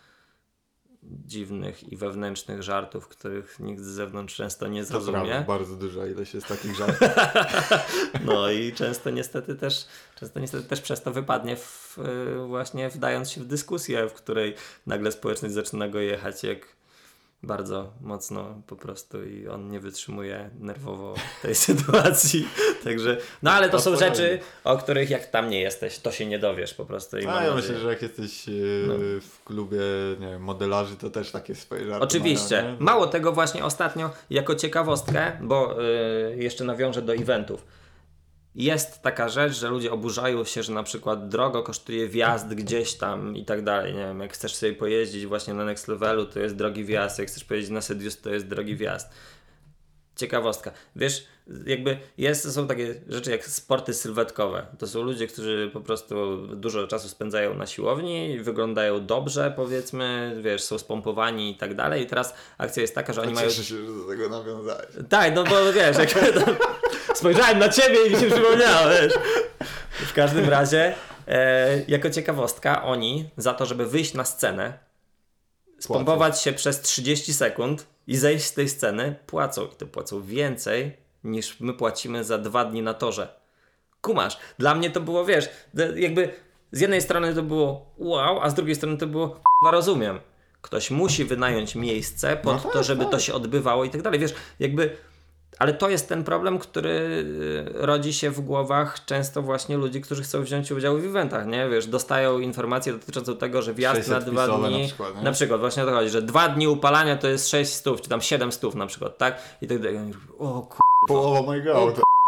dziwnych i wewnętrznych żartów, których nikt z zewnątrz często nie zrozumie. To prawda, bardzo duża ilość jest takich żartów. No i często niestety też często niestety też przez to wypadnie w, właśnie wdając się w dyskusję, w której nagle społeczność zaczyna go jechać jak bardzo mocno po prostu i on nie wytrzymuje nerwowo tej sytuacji. Także, no ale to są rzeczy, o których jak tam nie jesteś, to się nie dowiesz po prostu. I A ja myślę, że jak jesteś yy, no. w klubie, nie wiem, modelarzy, to też takie swoje żarty Oczywiście. mają, Mało tego, właśnie ostatnio jako ciekawostkę, bo yy, jeszcze nawiążę do eventów. Jest taka rzecz, że ludzie oburzają się, że na przykład drogo kosztuje wjazd gdzieś tam i tak dalej. Nie wiem, jak chcesz sobie pojeździć właśnie na Next Levelu, to jest drogi wjazd. Jak chcesz pojeździć na Sedius, to jest drogi wjazd. Ciekawostka. Wiesz, jakby jest, są takie rzeczy jak sporty sylwetkowe. To są ludzie, którzy po prostu dużo czasu spędzają na siłowni, wyglądają dobrze, powiedzmy, wiesz, są spompowani i tak dalej. I teraz akcja jest taka, że oni mają... Cieszę się, że do tego nawiązałeś. Tak, no bo wiesz, jak spojrzałem na ciebie i mi się przypomniało, wiesz. W każdym razie, e, jako ciekawostka, oni za to, żeby wyjść na scenę, spompować się przez trzydzieści sekund i zejść z tej sceny, płacą. I to płacą więcej niż my płacimy za dwa dni na torze. Kumasz, dla mnie to było, wiesz, jakby z jednej strony to było wow, a z drugiej strony to było k***a, rozumiem. Ktoś musi wynająć miejsce pod no to, żeby tak. to się odbywało i tak dalej. Wiesz, jakby... Ale to jest ten problem, który rodzi się w głowach często właśnie ludzi, którzy chcą wziąć udział w eventach, nie? Wiesz, dostają informacje dotyczące tego, że wjazd na dwa dni, na przykład, na przykład, właśnie o to chodzi, że dwa dni upalania to jest sześć stów, czy tam siedem stów na przykład, tak? I tak dalej. O kur... Połowa mojego auta.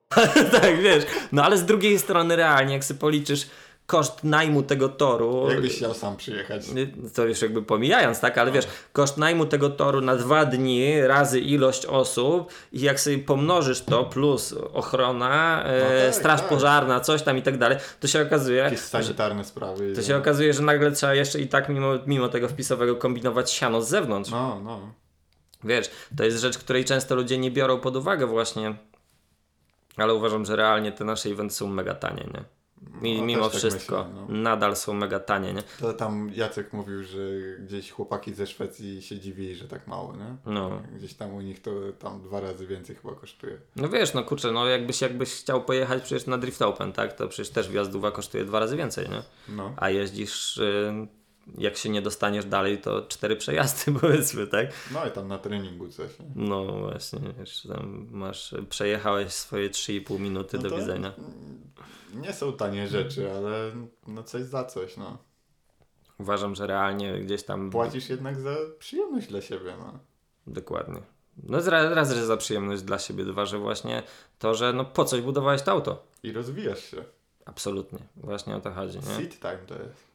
Tak, wiesz. No ale z drugiej strony realnie, jak sobie policzysz koszt najmu tego toru... Jakbyś chciał sam przyjechać. To już jakby pomijając, tak? Ale no. wiesz, koszt najmu tego toru na dwa dni razy ilość osób i jak sobie pomnożysz to plus ochrona, no e, tak, straż tak. pożarna, coś tam i tak dalej, to się okazuje... Jakieś sanitarne że, sprawy. To się no. okazuje, że nagle trzeba jeszcze i tak mimo, mimo tego wpisowego kombinować siano z zewnątrz. No, no. Wiesz, to jest rzecz, której często ludzie nie biorą pod uwagę właśnie, ale uważam, że realnie te nasze eventy są mega tanie, nie? I, no, mimo wszystko tak myślę, no. nadal są mega tanie, nie? To tam Jacek mówił, że gdzieś chłopaki ze Szwecji się dziwili, że tak mało, nie? No. Gdzieś tam u nich to tam dwa razy więcej chyba kosztuje. No wiesz, no kurczę, no jakbyś, jakbyś chciał pojechać przecież na Drift Open, tak? To przecież też wjazdowa kosztuje dwa razy więcej, nie? No. A jeździsz, y, jak się nie dostaniesz dalej, to cztery przejazdy powiedzmy, tak? No i tam na treningu coś, nie? No właśnie, wiesz, tam masz, przejechałeś swoje trzy i pół minuty no do widzenia. Nie są tanie rzeczy, ale no coś za coś, no. Uważam, że realnie gdzieś tam... Płacisz jednak za przyjemność dla siebie, no. Dokładnie. No raz, raz, że za przyjemność dla siebie, dwa, że właśnie to, że no po coś budowałeś to auto. I rozwijasz się. Absolutnie. Właśnie o to chodzi, nie? Seat time to jest.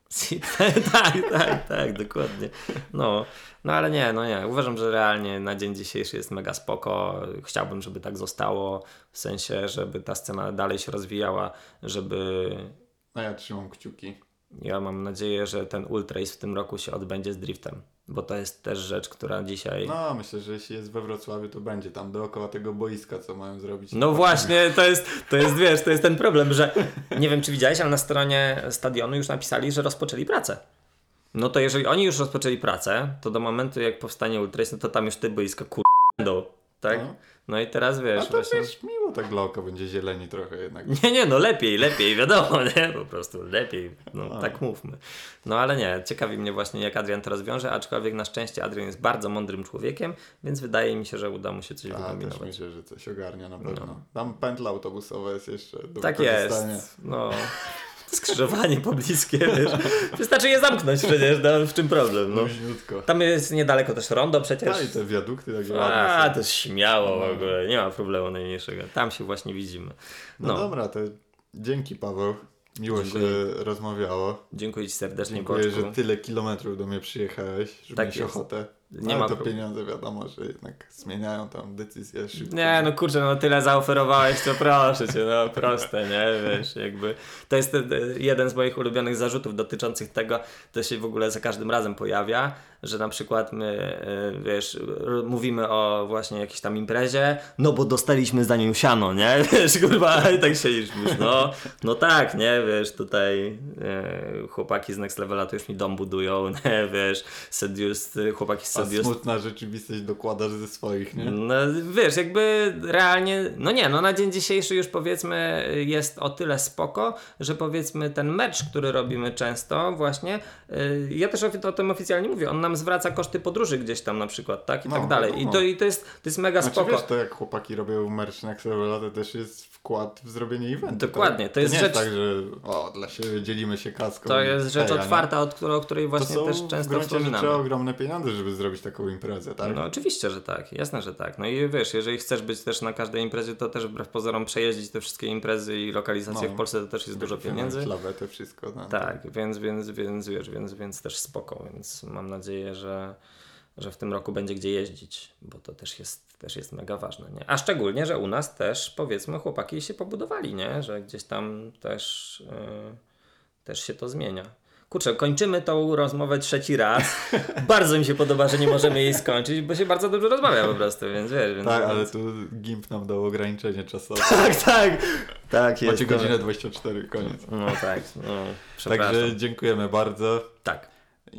tak, tak, tak, dokładnie. No, no ale nie, no nie. Uważam, że realnie na dzień dzisiejszy jest mega spoko. Chciałbym, żeby tak zostało. W sensie, żeby ta scena dalej się rozwijała, żeby... No ja trzymam kciuki. Ja mam nadzieję, że ten Ultrace w tym roku się odbędzie z driftem. Bo to jest też rzecz, która dzisiaj... No, myślę, że jeśli jest we Wrocławiu, to będzie tam dookoła tego boiska, co mają zrobić. No właśnie, to jest, to jest, wiesz, to jest ten problem, że nie wiem, czy widziałeś, ale na stronie stadionu już napisali, że rozpoczęli pracę. No to jeżeli oni już rozpoczęli pracę, to do momentu, jak powstanie Ultrace, no to tam już te boiska kur... będą, tak? No. No i teraz wiesz... A to właśnie... wiesz, miło tak dla oka, będzie zieleni trochę jednak. Nie, nie, no lepiej, lepiej, wiadomo, nie? Po prostu lepiej, no A. tak mówmy. No ale nie, ciekawi mnie właśnie, jak Adrian to rozwiąże, aczkolwiek na szczęście Adrian jest bardzo mądrym człowiekiem, więc wydaje mi się, że uda mu się coś wykombinować. A, też myślę, że coś ogarnia na pewno. No. Tam pętla autobusowa jest jeszcze do tak jest, no... Skrzyżowanie pobliskie, wiesz. Wystarczy je zamknąć przecież, no, w czym problem, no. Tam jest niedaleko też rondo przecież. A i te wiadukty takie ładne. A, to śmiało w ogóle, nie ma problemu najmniejszego. Tam się właśnie widzimy. No, no dobra, to dzięki Paweł. Miło Dziękuję. się rozmawiało. Dziękuję Ci serdecznie, Dziękuję, Boczku. że tyle kilometrów do mnie przyjechałeś, żeby tak mieć jest. ochotę. Nie ma to pro... pieniądze wiadomo, że jednak zmieniają tam decyzje szybko. Nie, no kurczę, no tyle zaoferowałeś, to proszę Cię, no proste, nie, wiesz, jakby to jest jeden z moich ulubionych zarzutów dotyczących tego, to się w ogóle za każdym razem pojawia, że na przykład my, wiesz, mówimy o właśnie jakiejś tam imprezie, no bo dostaliśmy za nią siano, nie, wiesz, kurwa, i tak siedzisz, mówisz, no, no tak, nie, wiesz, tutaj e, chłopaki z Next Levela to już mi dom budują, nie, wiesz, Seduced, chłopaki z A smutna rzeczywistość dokładasz ze swoich, nie? No wiesz, jakby realnie, no nie, no na dzień dzisiejszy już powiedzmy jest o tyle spoko, że powiedzmy ten merch, który robimy często właśnie, yy, ja też o, o tym oficjalnie mówię, on nam zwraca koszty podróży gdzieś tam na przykład, tak? I no, tak dalej. I to, i to jest, to jest mega znaczy, spoko. Wiesz, to jak chłopaki robią merch na Xerola, to też jest wkład w zrobienie eventu. Dokładnie. To, to jest nie rzecz... jest tak, że o, dla siebie dzielimy się kaską. To jest rzecz heja, otwarta, od której, o której właśnie to też często wspominamy. Trzeba ogromne pieniądze, żeby zrobić taką imprezę, tak? No oczywiście, że tak. Jasne, że tak. No i wiesz, jeżeli chcesz być też na każdej imprezie, to też wbrew pozorom przejeździć te wszystkie imprezy i lokalizacje no, w Polsce to też jest dużo pieniędzy. Lawetę, wszystko. No, tak, to... więc, więc, więc wiesz, więc, więc też spoko. Więc mam nadzieję, że że w tym roku będzie gdzie jeździć, bo to też jest, też jest mega ważne, nie? A szczególnie, że u nas też, powiedzmy, chłopaki się pobudowali, nie? Że gdzieś tam też, yy, też się to zmienia. Kurczę, kończymy tą rozmowę trzeci raz. Bardzo mi się podoba, że nie możemy jej skończyć, bo się bardzo dobrze rozmawia po prostu, więc wiesz. Więc, tak, więc... ale tu Gimp nam dał ograniczenie czasowe. tak, tak. tak jest, Macie godzinę dwadzieścia cztery, koniec. No tak, no, przepraszam. Także dziękujemy bardzo. Tak.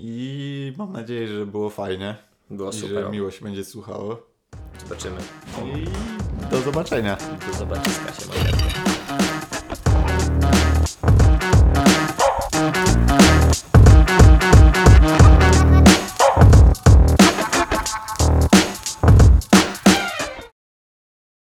I mam nadzieję, że było fajnie. Było i super. Że miło się będzie słuchało. Zobaczymy. I do zobaczenia. Do zobaczenia się.